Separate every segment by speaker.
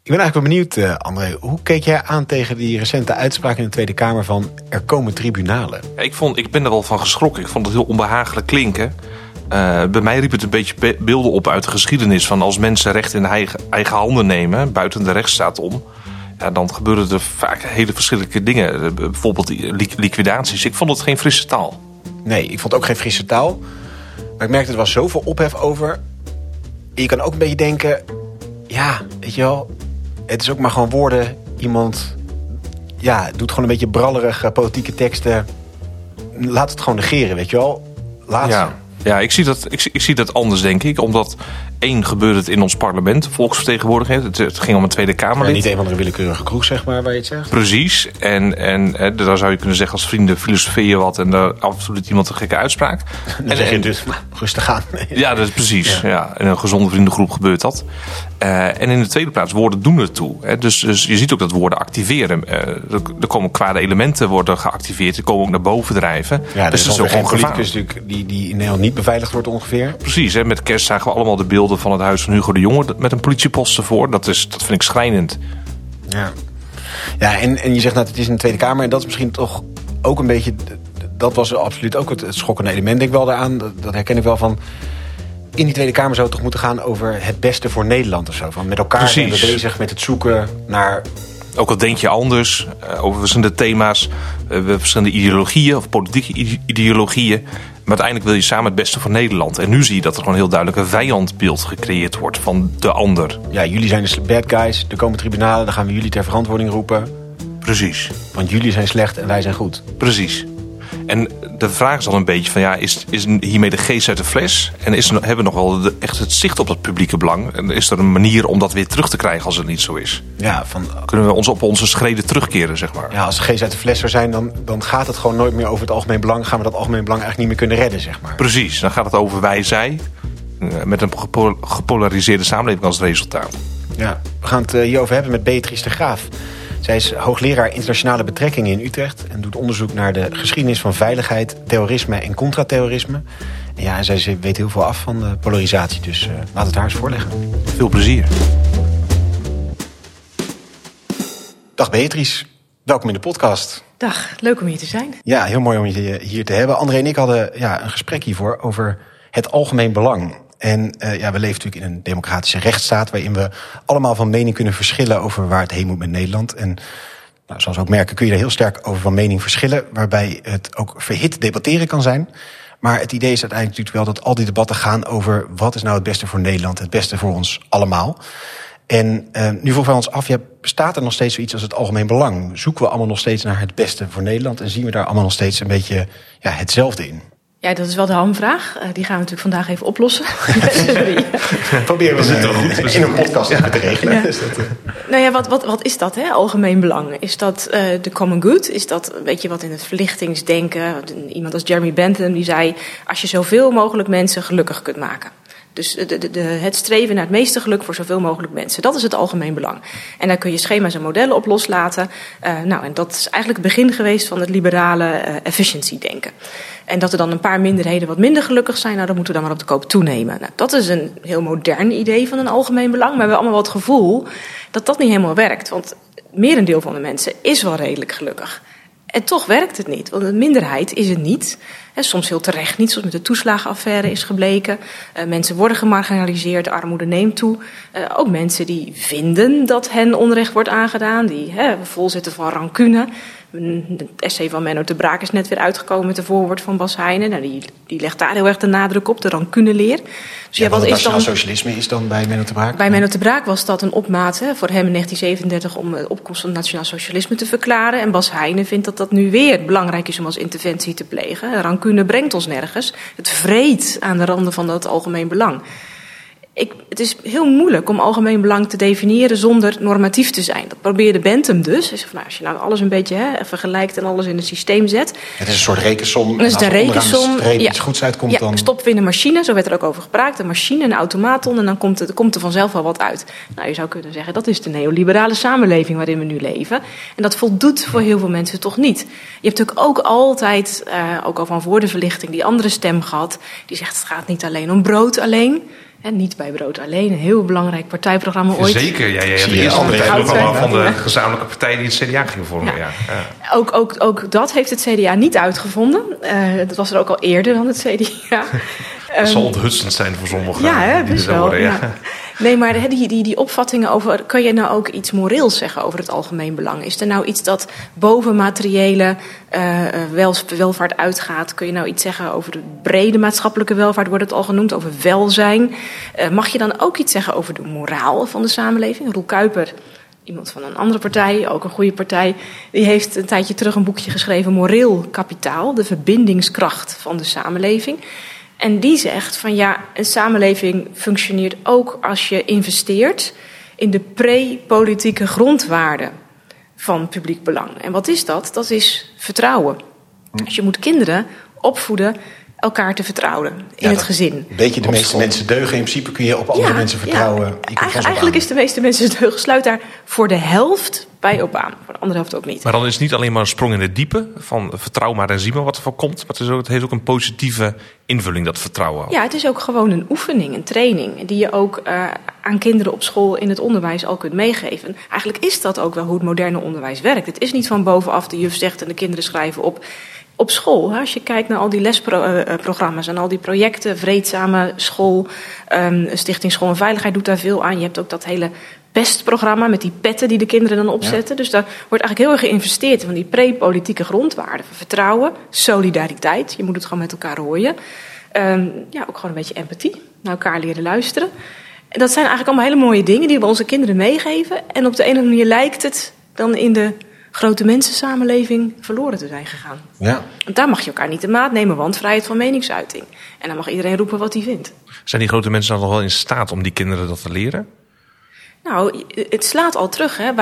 Speaker 1: Ik ben eigenlijk wel benieuwd, André. Hoe keek jij aan tegen die recente uitspraak in de Tweede Kamer van er komen tribunalen?
Speaker 2: Ik ben er wel van geschrokken. Ik vond het heel onbehagelijk klinken. Bij mij riep het een beetje beelden op uit de geschiedenis van als mensen recht in eigen handen nemen, buiten de rechtsstaat om. Ja, dan gebeuren er vaak hele verschillende dingen. Bijvoorbeeld liquidaties. Ik vond het geen frisse taal.
Speaker 1: Nee, ik vond het ook geen frisse taal. Maar ik merkte er was zoveel ophef over. En je kan ook een beetje denken, ja, weet je wel, het is ook maar gewoon woorden. Iemand doet gewoon een beetje brallerige politieke teksten. Laat het gewoon negeren, weet je wel.
Speaker 2: Ja, ik zie dat anders, denk ik. Omdat, gebeurde het in ons parlement, volksvertegenwoordiging. Het ging om een Tweede Kamerlid.
Speaker 1: Ja, niet een van de willekeurige kroeg, zeg maar, waar je het zegt.
Speaker 2: Precies. En daar zou je kunnen zeggen als vrienden filosofeer wat en daar absoluut iemand een gekke uitspraak.
Speaker 1: Dan zeg je dus, rustig aan.
Speaker 2: Ja, dat is precies. Ja. In een gezonde vriendengroep gebeurt dat. En in de tweede plaats, woorden doen ertoe. Dus je ziet ook dat woorden activeren. Er komen kwade elementen worden geactiveerd. Die komen ook naar boven drijven.
Speaker 1: Ja, dus dat is ook geen politicus die in Nederland niet beveiligd wordt ongeveer.
Speaker 2: Precies. Met kerst zagen we allemaal de beelden van het huis van Hugo de Jonge met een politiepost ervoor. Dat vind ik schrijnend.
Speaker 1: Ja, en je zegt dat het is in de Tweede Kamer. En dat is misschien toch ook een beetje, dat was absoluut ook het schokkende element, denk ik wel daaraan. Dat herken ik wel van. In die Tweede Kamer zou het toch moeten gaan over het beste voor Nederland of zo. Van met elkaar zijn we bezig met het zoeken naar.
Speaker 2: Ook al denk je anders over verschillende thema's, verschillende ideologieën of politieke ideologieën. Maar uiteindelijk wil je samen het beste voor Nederland. En nu zie je dat er gewoon heel duidelijk een vijandbeeld gecreëerd wordt van de ander.
Speaker 1: Ja, jullie zijn de bad guys, er komen tribunalen, dan gaan we jullie ter verantwoording roepen.
Speaker 2: Precies.
Speaker 1: Want jullie zijn slecht en wij zijn goed.
Speaker 2: Precies. En de vraag is dan een beetje van, is hiermee de geest uit de fles? En hebben we nog wel echt het zicht op dat publieke belang? En is er een manier om dat weer terug te krijgen als het niet zo is?
Speaker 1: Ja,
Speaker 2: kunnen we ons op onze schreden terugkeren, zeg maar?
Speaker 1: Ja, als de geest uit de fles zou zijn, dan gaat het gewoon nooit meer over het algemeen belang. Gaan we dat algemeen belang eigenlijk niet meer kunnen redden, zeg maar.
Speaker 2: Precies, dan gaat het over wij-zij. Met een gepolariseerde samenleving als resultaat.
Speaker 1: Ja, we gaan het hierover hebben met Beatrice de Graaf. Zij is hoogleraar internationale betrekkingen in Utrecht en doet onderzoek naar de geschiedenis van veiligheid, terrorisme en contraterrorisme. En zij weet heel veel af van de polarisatie, dus laat het haar eens voorleggen.
Speaker 2: Veel plezier.
Speaker 1: Dag Beatrice, welkom in de podcast.
Speaker 3: Dag, leuk om hier te zijn.
Speaker 1: Ja, heel mooi om je hier te hebben. André en ik hadden een gesprek hiervoor over het algemeen belang. En we leven natuurlijk in een democratische rechtsstaat waarin we allemaal van mening kunnen verschillen over waar het heen moet met Nederland. En zoals we ook merken kun je er heel sterk over van mening verschillen, waarbij het ook verhit debatteren kan zijn. Maar het idee is uiteindelijk natuurlijk wel dat al die debatten gaan over wat is nou het beste voor Nederland, het beste voor ons allemaal. En nu vroegen wij ons af, bestaat er nog steeds zoiets als het algemeen belang? Zoeken we allemaal nog steeds naar het beste voor Nederland en zien we daar allemaal nog steeds een beetje hetzelfde in?
Speaker 3: Ja, dat is wel de hamvraag. Die gaan we natuurlijk vandaag even oplossen.
Speaker 1: Proberen we het goed in een podcast te regelen. Ja.
Speaker 3: Nou ja, wat is dat, hè? Algemeen belang? Is dat de common good? Is dat een beetje wat in het verlichtingsdenken? Iemand als Jeremy Bentham die zei, als je zoveel mogelijk mensen gelukkig kunt maken. Dus het streven naar het meeste geluk voor zoveel mogelijk mensen. Dat is het algemeen belang. En daar kun je schema's en modellen op loslaten. En dat is eigenlijk het begin geweest van het liberale efficiency denken. En dat er dan een paar minderheden wat minder gelukkig zijn, dat moeten we dan maar op de koop toenemen. Nou, dat is een heel modern idee van een algemeen belang. Maar we hebben allemaal wel het gevoel dat dat niet helemaal werkt. Want het merendeel van de mensen is wel redelijk gelukkig. En toch werkt het niet, want een minderheid is het niet. Soms heel terecht niet, zoals met de toeslagenaffaire is gebleken. Mensen worden gemarginaliseerd, de armoede neemt toe. Ook mensen die vinden dat hen onrecht wordt aangedaan, die vol zitten van rancune. Het essay van Menno de Braak is net weer uitgekomen met de voorwoord van Bas Heijnen. Nou, die legt daar heel erg de nadruk op, de rancuneleer. Dus
Speaker 1: wat is nationaal socialisme is dan bij Menno de Braak?
Speaker 3: Bij Menno de Braak was dat een opmaat voor hem in 1937 om de opkomst van het nationaal socialisme te verklaren. En Bas Heijnen vindt dat dat nu weer belangrijk is om als interventie te plegen. Rancune brengt ons nergens. Het vreet aan de randen van dat algemeen belang. Het is heel moeilijk om algemeen belang te definiëren zonder normatief te zijn. Dat probeerde Bentham dus. Hij zegt, als je nou alles een beetje vergelijkt en alles in een systeem zet.
Speaker 1: Het is een soort rekensom.
Speaker 3: Dat is de rekensom.
Speaker 1: Als er iets goeds uitkomt, dan
Speaker 3: stoppen we in een machine. Zo werd er ook over gepraat. Een machine, een automaton. En dan komt er vanzelf wel wat uit. Nou, je zou kunnen zeggen, dat is de neoliberale samenleving waarin we nu leven. En dat voldoet voor heel veel mensen toch niet. Je hebt natuurlijk ook altijd, ook al van voor de verlichting, die andere stem gehad. Die zegt, het gaat niet alleen om brood alleen. En niet bij Brood Alleen, een heel belangrijk partijprogramma ooit.
Speaker 2: Zeker, ja.
Speaker 1: Zie je,
Speaker 2: Het
Speaker 1: André.
Speaker 2: partijprogramma van de gezamenlijke partij die het CDA ging vormen. Ja.
Speaker 3: Ook dat heeft het CDA niet uitgevonden. Dat was er ook al eerder dan het CDA.
Speaker 2: Dat zal onthutsend zijn voor sommigen.
Speaker 3: Ja, hè,
Speaker 2: die
Speaker 3: best
Speaker 2: er horen,
Speaker 3: wel.
Speaker 2: ja.
Speaker 3: Ja. Nee, maar die opvattingen over... Kan je nou ook iets moreels zeggen over het algemeen belang? Is er nou iets dat boven materiële welvaart uitgaat? Kun je nou iets zeggen over de brede maatschappelijke welvaart? Wordt het al genoemd, over welzijn? Mag je dan ook iets zeggen over de moraal van de samenleving? Roel Kuiper, iemand van een andere partij, ook een goede partij... die heeft een tijdje terug een boekje geschreven... Moreel kapitaal, de verbindingskracht van de samenleving... En die zegt van ja, een samenleving functioneert ook als je investeert in de pre-politieke grondwaarden van publiek belang. En wat is dat? Dat is vertrouwen. Dus je moet kinderen opvoeden elkaar te vertrouwen in het gezin.
Speaker 1: Een beetje de meeste mensen deugen. In principe kun je op andere mensen vertrouwen.
Speaker 3: Eigenlijk is de meeste mensen deugen. Sluit daar voor de helft bij op aan. Voor de andere helft ook niet.
Speaker 2: Maar dan is het niet alleen maar een sprong in het diepe van vertrouw maar en zie maar wat er van komt. Maar het heeft ook een positieve invulling, dat vertrouwen.
Speaker 3: Ja, het is ook gewoon een oefening, een training. Die je ook aan kinderen op school in het onderwijs al kunt meegeven. Eigenlijk is dat ook wel hoe het moderne onderwijs werkt. Het is niet van bovenaf de juf zegt en de kinderen schrijven op. Op school, als je kijkt naar al die lesprogramma's en al die projecten, Vreedzame School, Stichting School en Veiligheid doet daar veel aan. Je hebt ook dat hele PEST-programma met die petten die de kinderen dan opzetten. Ja. Dus daar wordt eigenlijk heel erg geïnvesteerd in die pre-politieke grondwaarden. Vertrouwen, solidariteit, je moet het gewoon met elkaar rooien. Ook gewoon een beetje empathie, naar elkaar leren luisteren. En dat zijn eigenlijk allemaal hele mooie dingen die we onze kinderen meegeven. En op de ene manier lijkt het dan in de grote mensensamenleving verloren te zijn gegaan. Ja. Want daar mag je elkaar niet de maat nemen, want vrijheid van meningsuiting. En dan mag iedereen roepen wat hij vindt.
Speaker 2: Zijn die grote mensen dan nog wel in staat om die kinderen dat te leren?
Speaker 3: Nou, het slaat al terug. Hè.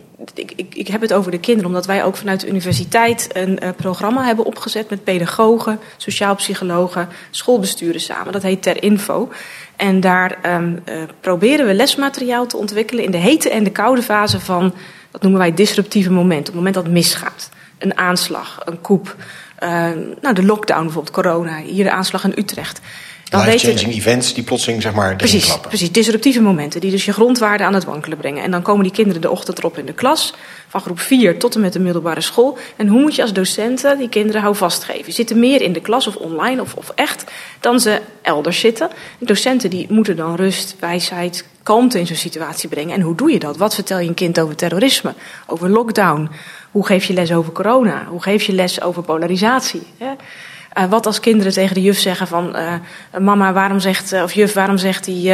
Speaker 3: Ik heb het over de kinderen, omdat wij ook vanuit de universiteit een programma hebben opgezet met pedagogen, sociaalpsychologen, schoolbesturen samen. Dat heet Ter Info. En daar proberen we lesmateriaal te ontwikkelen in de hete en de koude fase van, dat noemen wij disruptieve momenten. Op het moment dat het misgaat. Een aanslag, een coup. De lockdown bijvoorbeeld, corona. Hier de aanslag in Utrecht.
Speaker 1: Life-changing events die plotseling zeg maar erin klappen.
Speaker 3: Precies, disruptieve momenten die dus je grondwaarden aan het wankelen brengen. En dan komen die kinderen de ochtend erop in de klas, van groep 4 tot en met de middelbare school. En hoe moet je als docenten die kinderen houvast geven? Zitten meer in de klas of online of echt dan ze elders zitten. De docenten die moeten dan rust, wijsheid, kalmte in zo'n situatie brengen. En hoe doe je dat? Wat vertel je een kind over terrorisme, over lockdown? Hoe geef je les over corona? Hoe geef je les over polarisatie? Wat als kinderen tegen de juf zeggen van mama, waarom zegt die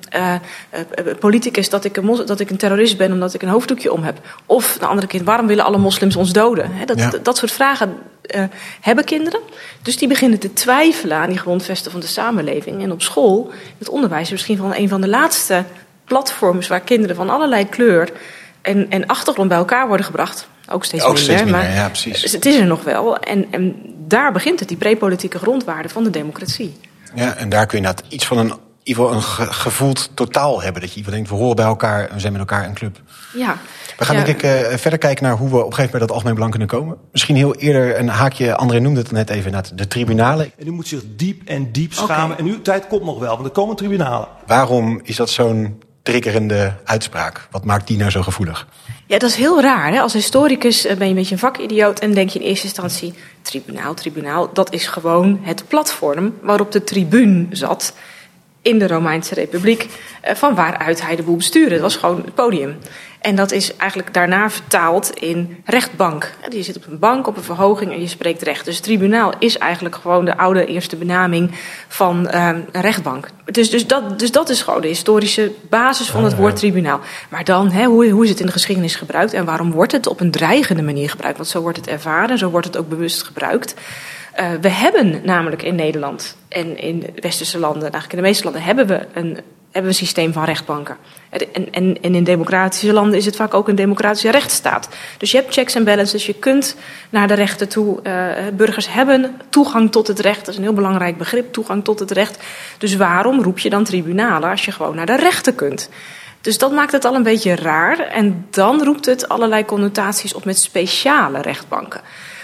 Speaker 3: politicus dat ik een terrorist ben omdat ik een hoofddoekje om heb? Of de andere kind, waarom willen alle moslims ons doden? Dat soort vragen hebben kinderen. Dus die beginnen te twijfelen aan die grondvesten van de samenleving. En op school, het onderwijs is misschien van een van de laatste platforms waar kinderen van allerlei kleur en achtergrond bij elkaar worden gebracht. Ook steeds minder,
Speaker 1: ja, precies.
Speaker 3: Dus het is er nog wel. En daar begint het, die pre-politieke grondwaarden van de democratie.
Speaker 1: Ja, en daar kun je inderdaad iets van een gevoeld totaal hebben. Dat je denkt, we horen bij elkaar en we zijn met elkaar een club.
Speaker 3: Ja.
Speaker 1: We gaan denk ik verder kijken naar hoe we op een gegeven moment dat algemeen belang kunnen komen. Misschien heel eerder een haakje, André noemde het net even, naar de tribunalen.
Speaker 4: En u moet zich diep schamen. Okay. En uw tijd komt nog wel, want er komen tribunalen.
Speaker 1: Waarom is dat zo'n triggerende uitspraak? Wat maakt die nou zo gevoelig?
Speaker 3: Ja, dat is heel raar. Hè? Als historicus ben je een beetje een vakidioot en denk je in eerste instantie, tribunaal, dat is gewoon het platform waarop de tribuun zat in de Romeinse Republiek, van waaruit hij de boel bestuurde. Dat was gewoon het podium. En dat is eigenlijk daarna vertaald in rechtbank. Je zit op een bank, op een verhoging en je spreekt recht. Dus tribunaal is eigenlijk gewoon de oude eerste benaming van een rechtbank. Dus dat is gewoon de historische basis van het woord tribunaal. Maar dan, hoe is het in de geschiedenis gebruikt en waarom wordt het op een dreigende manier gebruikt? Want zo wordt het ervaren, zo wordt het ook bewust gebruikt. We hebben namelijk in Nederland en in de westerse landen, eigenlijk in de meeste landen, hebben we een systeem van rechtbanken. En in democratische landen is het vaak ook een democratische rechtsstaat. Dus je hebt checks en balances, je kunt naar de rechten toe. Burgers hebben toegang tot het recht, dat is een heel belangrijk begrip, toegang tot het recht. Dus waarom roep je dan tribunalen als je gewoon naar de rechten kunt? Dus dat maakt het al een beetje raar. En dan roept het allerlei connotaties op met speciale rechtbanken.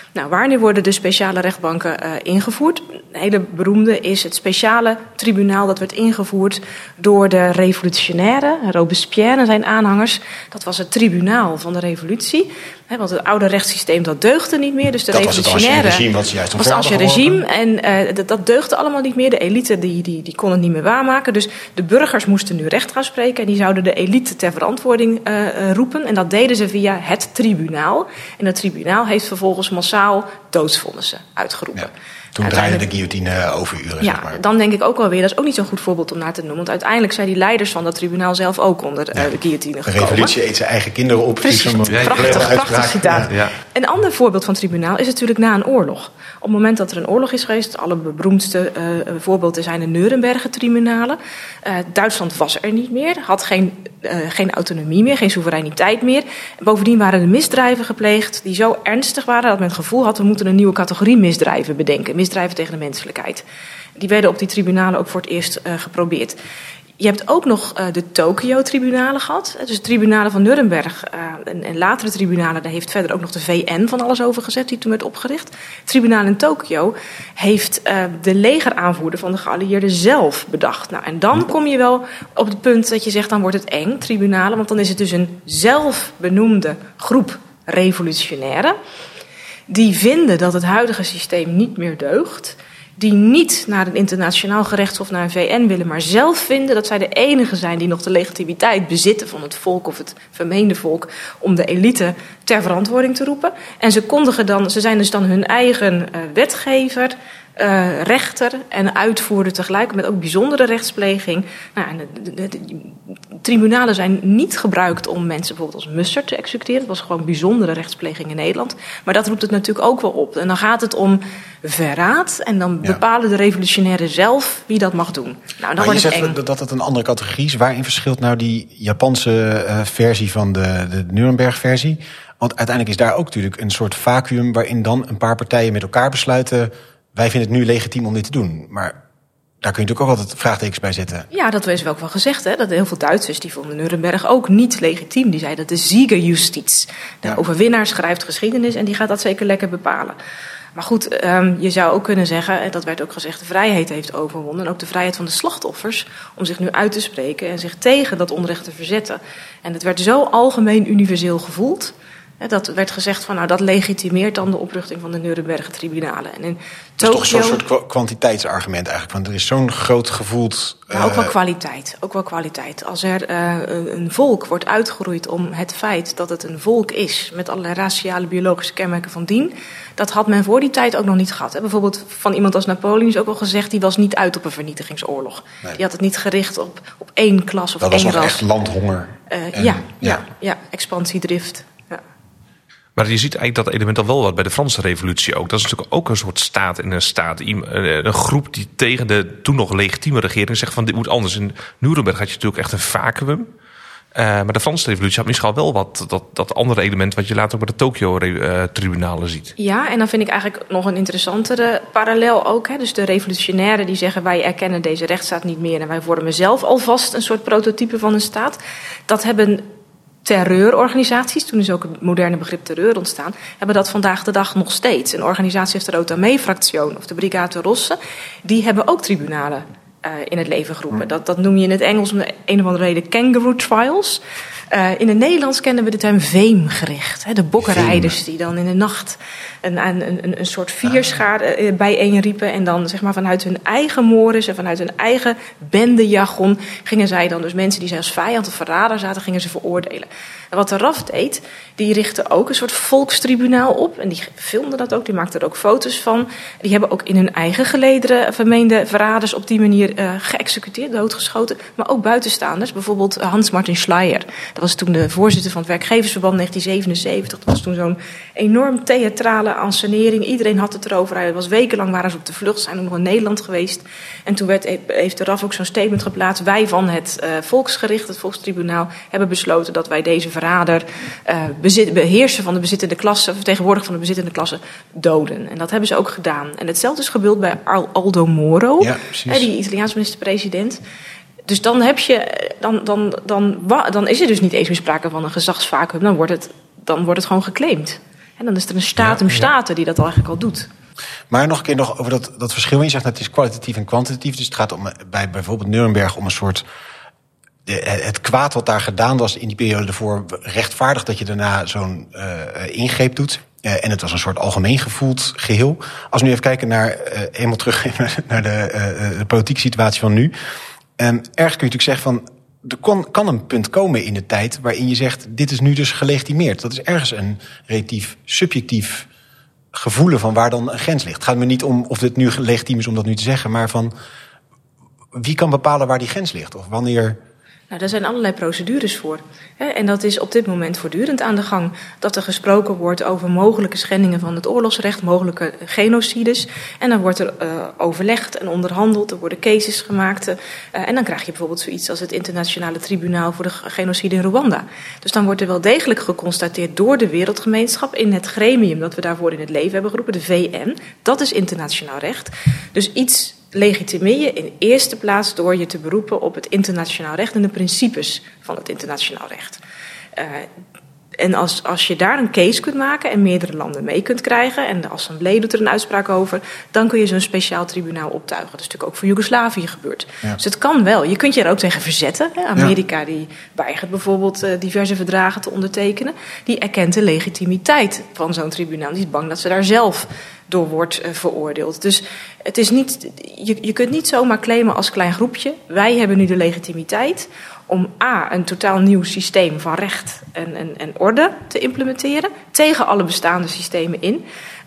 Speaker 3: Nou, wanneer worden de speciale rechtbanken ingevoerd? Een hele beroemde is het speciale tribunaal dat werd ingevoerd door de revolutionairen, Robespierre en zijn aanhangers. Dat was het tribunaal van de revolutie. Want het oude rechtssysteem dat deugde niet meer. Dus de revolutionaire
Speaker 1: was het ancien
Speaker 3: regime. En dat deugde allemaal niet meer. De elite die kon het niet meer waarmaken. Dus de burgers moesten nu recht gaan spreken. En die zouden de elite ter verantwoording roepen. En dat deden ze via het tribunaal. En het tribunaal heeft vervolgens massaal doodsvonnissen uitgeroepen.
Speaker 1: Ja. Toen draaide de guillotine overuren,
Speaker 3: ja,
Speaker 1: zeg maar.
Speaker 3: Dan denk ik ook wel weer, dat is ook niet zo'n goed voorbeeld om naar te noemen. Want uiteindelijk zijn die leiders van dat tribunaal zelf ook onder de guillotine gekomen.
Speaker 1: De revolutie eet zijn eigen kinderen op.
Speaker 3: Precies, prachtig citaat. Ja. Een ander voorbeeld van tribunaal is natuurlijk na een oorlog. Op het moment dat er een oorlog is geweest, alle beroemdste voorbeelden zijn de Nuremberger tribunalen. Duitsland was er niet meer, had geen autonomie meer, geen soevereiniteit meer. Bovendien waren er misdrijven gepleegd die zo ernstig waren dat men het gevoel had, we moeten een nieuwe categorie misdrijven bedenken. Misdrijven tegen de menselijkheid. Die werden op die tribunalen ook voor het eerst geprobeerd. Je hebt ook nog de Tokio-tribunalen gehad. Dus de tribunalen van Nuremberg en latere tribunalen, daar heeft verder ook nog de VN van alles over gezet, die toen werd opgericht. Het tribunaal in Tokio heeft de legeraanvoerder van de geallieerden zelf bedacht. Nou, en dan kom je wel op het punt dat je zegt, dan wordt het eng, tribunalen, want dan is het dus een zelfbenoemde groep revolutionairen die vinden dat het huidige systeem niet meer deugt, die niet naar een internationaal gerechtshof, naar een VN willen, maar zelf vinden dat zij de enige zijn die nog de legitimiteit bezitten van het volk of het vermeende volk om de elite ter verantwoording te roepen. En ze zijn dus dan hun eigen wetgever, rechter en uitvoerder tegelijk, met ook bijzondere rechtspleging. Nou, en de tribunalen zijn niet gebruikt om mensen bijvoorbeeld als Mussert te executeren. Dat was gewoon bijzondere rechtspleging in Nederland. Maar dat roept het natuurlijk ook wel op. En dan gaat het om verraad en dan bepalen de revolutionairen zelf wie dat mag doen. Nou, dan
Speaker 1: maar
Speaker 3: wordt
Speaker 1: je
Speaker 3: het
Speaker 1: zegt
Speaker 3: eng.
Speaker 1: dat het een andere categorie is. Waarin verschilt nou die Japanse versie van de Nuremberg-versie? Want uiteindelijk is daar ook natuurlijk een soort vacuüm waarin dan een paar partijen met elkaar besluiten, wij vinden het nu legitiem om dit te doen. Maar daar kun je natuurlijk ook altijd vraagtekens bij zetten. Ja,
Speaker 3: dat is wel ook wel gezegd. Hè? Dat heel veel Duitsers die vonden Nuremberg ook niet legitiem. Die zeiden dat de Siegerjustiz. De overwinnaar schrijft geschiedenis en die gaat dat zeker lekker bepalen. Maar goed, je zou ook kunnen zeggen, en dat werd ook gezegd, de vrijheid heeft overwonnen. En ook de vrijheid van de slachtoffers om zich nu uit te spreken en zich tegen dat onrecht te verzetten. En het werd zo algemeen universeel gevoeld. Dat werd gezegd van, nou, dat legitimeert dan de oprichting van de Nuremberger tribunalen. En in Tokio,
Speaker 1: dat is toch zo'n soort kwantiteitsargument eigenlijk. Want er is zo'n groot gevoeld.
Speaker 3: Ja, ook wel kwaliteit. Als er een volk wordt uitgeroeid om het feit dat het een volk is, met allerlei raciale, biologische kenmerken van dien, dat had men voor die tijd ook nog niet gehad. Hè. Bijvoorbeeld van iemand als Napoleon is ook al gezegd, die was niet uit op een vernietigingsoorlog. Nee. Die had het niet gericht op één klas of één ras.
Speaker 1: Dat was nog echt landhonger.
Speaker 3: Expansiedrift.
Speaker 2: Maar je ziet eigenlijk dat element al wel wat bij de Franse revolutie ook. Dat is natuurlijk ook een soort staat in een staat. Een groep die tegen de toen nog legitieme regering zegt van dit moet anders. In Nuremberg had je natuurlijk echt een vacuüm. Maar de Franse revolutie had misschien al wel dat andere element wat je later ook bij de Tokio-tribunalen ziet.
Speaker 3: Ja, en dan vind ik eigenlijk nog een interessantere parallel ook. Hè. Dus de revolutionairen die zeggen wij erkennen deze rechtsstaat niet meer en wij vormen zelf alvast een soort prototype van een staat. Dat hebben terreurorganisaties, toen is ook het moderne begrip terreur ontstaan, hebben dat vandaag de dag nog steeds. Een organisatie als de Rota Mee-fractie of de Brigade Rosse, die hebben ook tribunalen in het leven geroepen. Dat noem je in het Engels om een of andere reden kangaroo trials. In het Nederlands kennen we de term veemgericht. De bokkenrijders die dan in de nacht een soort vierschaar bijeenriepen en dan zeg maar vanuit hun eigen mores en vanuit hun eigen bendejargon gingen zij dan dus mensen die zij als vijand of verrader zaten, gingen ze veroordelen. En wat de RAF deed, die richtte ook een soort volkstribunaal op en die filmden dat ook, die maakten er ook foto's van. Die hebben ook in hun eigen gelederen vermeende verraders op die manier geëxecuteerd, doodgeschoten, maar ook buitenstaanders. Bijvoorbeeld Hans-Martin Schleyer. Dat was toen de voorzitter van het Werkgeversverband 1977. Dat was toen zo'n enorm theatrale ansenering. Iedereen had het erover. Hij was wekenlang waren ze op de vlucht, zijn ook nog in Nederland geweest. En toen heeft de RAF ook zo'n statement geplaatst. Wij van het volksgericht, het volkstribunaal, hebben besloten dat wij deze verrader, beheerser van de bezittende klasse, vertegenwoordiger van de bezittende klasse, doden. En dat hebben ze ook gedaan. En hetzelfde is gebeurd bij Aldo Moro, die Italiaanse minister-president. Dus dan heb je, dan is er dus niet eens meer sprake van een gezagsvacuüm. Dan wordt het gewoon geclaimd. En dan is er een statum staten die dat eigenlijk al doet.
Speaker 1: Maar nog een keer over dat verschil. Je zegt dat het is kwalitatief en kwantitatief. Dus het gaat om bij bijvoorbeeld Nuremberg om een soort... Het kwaad wat daar gedaan was in die periode ervoor... rechtvaardig dat je daarna zo'n ingreep doet. En het was een soort algemeen gevoeld geheel. Als we nu even kijken naar... eenmaal terug naar de politieke situatie van nu. Ergens kun je natuurlijk zeggen van... Er kan een punt komen in de tijd waarin je zegt... dit is nu dus gelegitimeerd. Dat is ergens een relatief subjectief gevoelen van waar dan een grens ligt. Het gaat me niet om of dit nu legitiem is om dat nu te zeggen... maar van wie kan bepalen waar die grens ligt? Of wanneer...
Speaker 3: Nou, daar zijn allerlei procedures voor. En dat is op dit moment voortdurend aan de gang. Dat er gesproken wordt over mogelijke schendingen van het oorlogsrecht, mogelijke genocides. En dan wordt er overlegd en onderhandeld, er worden cases gemaakt. En dan krijg je bijvoorbeeld zoiets als het internationale tribunaal voor de genocide in Rwanda. Dus dan wordt er wel degelijk geconstateerd door de wereldgemeenschap in het gremium dat we daarvoor in het leven hebben geroepen, de VN. Dat is internationaal recht. Dus iets legitimeer je in eerste plaats door je te beroepen op het internationaal recht en de principes van het internationaal recht. En als je daar een case kunt maken en meerdere landen mee kunt krijgen... en de Assemblée doet er een uitspraak over... dan kun je zo'n speciaal tribunaal optuigen. Dat is natuurlijk ook voor Joegoslavië gebeurd. Ja. Dus het kan wel. Je kunt je er ook tegen verzetten. Amerika die weigert bijvoorbeeld diverse verdragen te ondertekenen. Die erkent de legitimiteit van zo'n tribunaal. Die is bang dat ze daar zelf door wordt veroordeeld. Dus het is niet, je kunt niet zomaar claimen als klein groepje... wij hebben nu de legitimiteit... om een totaal nieuw systeem van recht en orde te implementeren... tegen alle bestaande systemen in.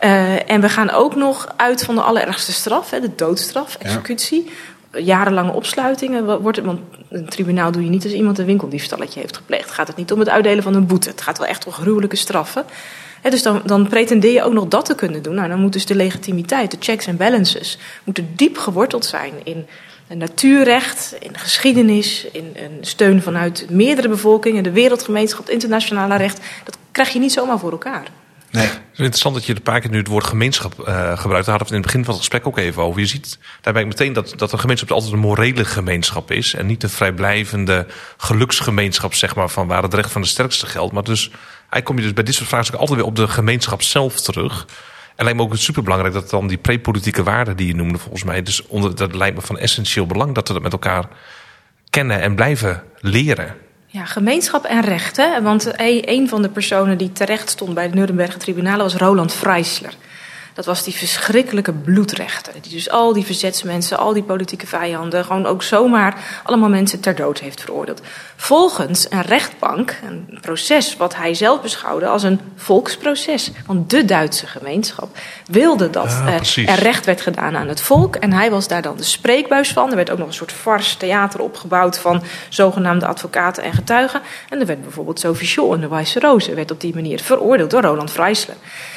Speaker 3: En we gaan ook nog uit van de allerergste straf, de doodstraf, executie... jarenlange opsluitingen. Want een tribunaal doe je niet als iemand een winkeldiefstalletje heeft gepleegd. Gaat het niet om het uitdelen van een boete. Het gaat wel echt om gruwelijke straffen. Dus dan pretendeer je ook nog dat te kunnen doen. Nou, dan moet dus de legitimiteit, de checks en balances... moeten diep geworteld zijn in natuurrecht, in geschiedenis... in een steun vanuit meerdere bevolkingen, de wereldgemeenschap... het internationale recht. Dat krijg je niet zomaar voor elkaar.
Speaker 2: Nee. Het is interessant dat je een paar keer nu het woord gemeenschap gebruikt. Daar hadden we het in het begin van het gesprek ook even over. Je ziet daarbij meteen dat een gemeenschap altijd een morele gemeenschap is... en niet een vrijblijvende geluksgemeenschap, zeg maar, van waar het recht van de sterkste geldt. Maar dus eigenlijk kom je dus bij dit soort vraagstukken altijd weer op de gemeenschap zelf terug. En lijkt me ook superbelangrijk dat dan die pre-politieke waarden die je noemde volgens mij... dus dat lijkt me van essentieel belang dat we dat met elkaar kennen en blijven leren.
Speaker 3: Ja, gemeenschap en recht. Hè? Want een van de personen die terecht stond bij de Nuremberger tribunalen was Roland Freisler. Dat was die verschrikkelijke bloedrechter. Die dus al die verzetsmensen, al die politieke vijanden... gewoon ook zomaar allemaal mensen ter dood heeft veroordeeld. Volgens een rechtbank, een proces wat hij zelf beschouwde als een volksproces. Want de Duitse gemeenschap wilde dat er recht werd gedaan aan het volk. En hij was daar dan de spreekbuis van. Er werd ook nog een soort farce theater opgebouwd van zogenaamde advocaten en getuigen. En er werd bijvoorbeeld Sophie Scholl en de Weiße Rose werd op die manier veroordeeld door Roland Freisler.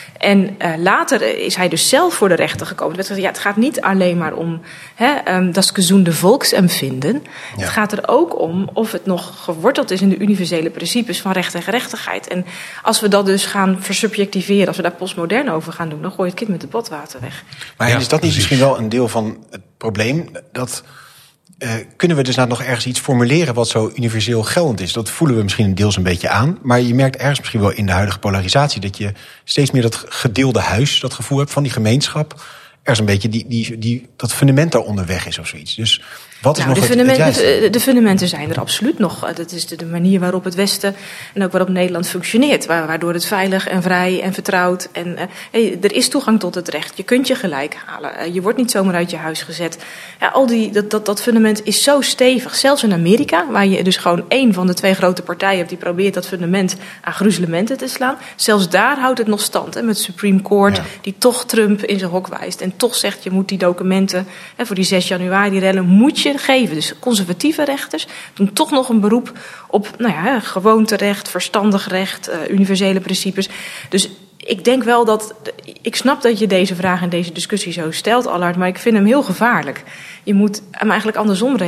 Speaker 3: En later is hij dus zelf voor de rechter gekomen. Het gaat niet alleen maar om dat gezonde volksempvinden. Ja. Het gaat er ook om of het nog geworteld is in de universele principes van recht en gerechtigheid. En als we dat dus gaan versubjectiveren, als we daar postmodern over gaan doen, dan gooi je het kind met het badwater weg.
Speaker 1: Maar is dat niet misschien wel een deel van het probleem? Dat kunnen we dus nog ergens iets formuleren wat zo universeel geldend is? Dat voelen we misschien deels een beetje aan. Maar je merkt ergens misschien wel in de huidige polarisatie dat je steeds meer dat gedeelde huis, dat gevoel hebt van die gemeenschap. Ergens een beetje dat fundament daaronder weg is of zoiets. Dus wat is nog
Speaker 3: de fundamenten zijn er absoluut nog. Dat is de manier waarop het Westen en ook waarop Nederland functioneert. Waardoor het veilig en vrij en vertrouwd. En er is toegang tot het recht. Je kunt je gelijk halen. Je wordt niet zomaar uit je huis gezet. Ja, dat fundament is zo stevig. Zelfs in Amerika, waar je dus gewoon één van de twee grote partijen hebt die probeert dat fundament aan gruzelementen te slaan. Zelfs daar houdt het nog stand. Hè, met Supreme Court, die toch Trump in zijn hok wijst. En toch zegt, je moet die documenten voor die 6 januari rellen moet je geven. Dus conservatieve rechters doen toch nog een beroep op gewoonterecht, verstandig recht, universele principes. Dus ik denk wel dat, ik snap dat je deze vraag en deze discussie zo stelt, Allard, maar ik vind hem heel gevaarlijk. Je moet hem eigenlijk andersom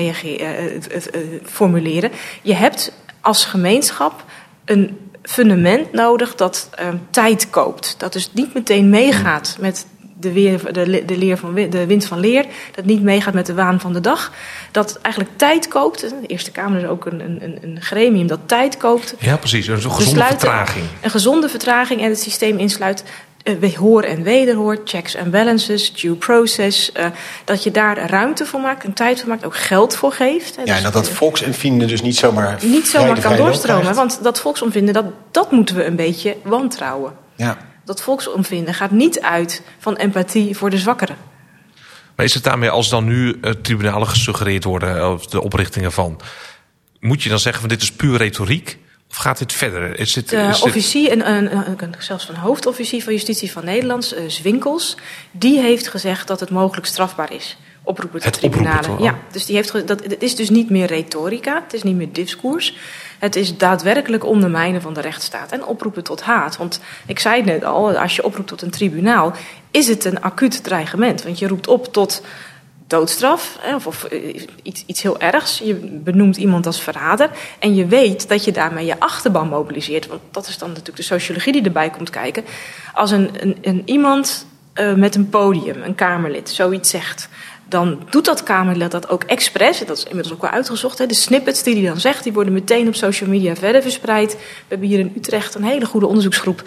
Speaker 3: formuleren. Je hebt als gemeenschap een fundament nodig dat tijd koopt. Dat dus niet meteen meegaat met de wind van leer. Dat niet meegaat met de waan van de dag. Dat eigenlijk tijd koopt. De Eerste Kamer is ook een gremium dat tijd koopt.
Speaker 2: Ja, precies. Een gezonde vertraging.
Speaker 3: Een gezonde vertraging en het systeem insluit. Hoor en wederhoor, checks en balances, due process. Dat je daar ruimte voor maakt, en tijd voor maakt, ook geld voor geeft.
Speaker 1: Ja, en dat volksempvinden dus niet zomaar
Speaker 3: kan doorstromen. Want dat volksempvinden, dat moeten we een beetje wantrouwen.
Speaker 1: Ja.
Speaker 3: Dat volksempvinden gaat niet uit van empathie voor de zwakkeren.
Speaker 2: Maar is het daarmee, als dan nu tribunalen gesuggereerd worden, of de oprichtingen van, moet je dan zeggen van dit is puur retoriek? Of gaat dit verder?
Speaker 3: Officier, zelfs een hoofdofficier van Justitie van Nederland, Zwinkels, die heeft gezegd dat het mogelijk strafbaar is. Oproepen tot tribunalen. Ja, dus het is dus niet meer retorica, het is niet meer discours. Het is daadwerkelijk ondermijnen van de rechtsstaat en oproepen tot haat. Want ik zei het net al, als je oproept tot een tribunaal, is het een acuut dreigement. Want je roept op tot doodstraf of iets heel ergs. Je benoemt iemand als verrader. En je weet dat je daarmee je achterban mobiliseert. Want dat is dan natuurlijk de sociologie die erbij komt kijken. Als iemand met een podium, een Kamerlid, zoiets zegt, dan doet dat Kamerlid dat ook expres. Dat is inmiddels ook wel uitgezocht. Hè. De snippets die hij dan zegt, die worden meteen op social media verder verspreid. We hebben hier in Utrecht een hele goede onderzoeksgroep.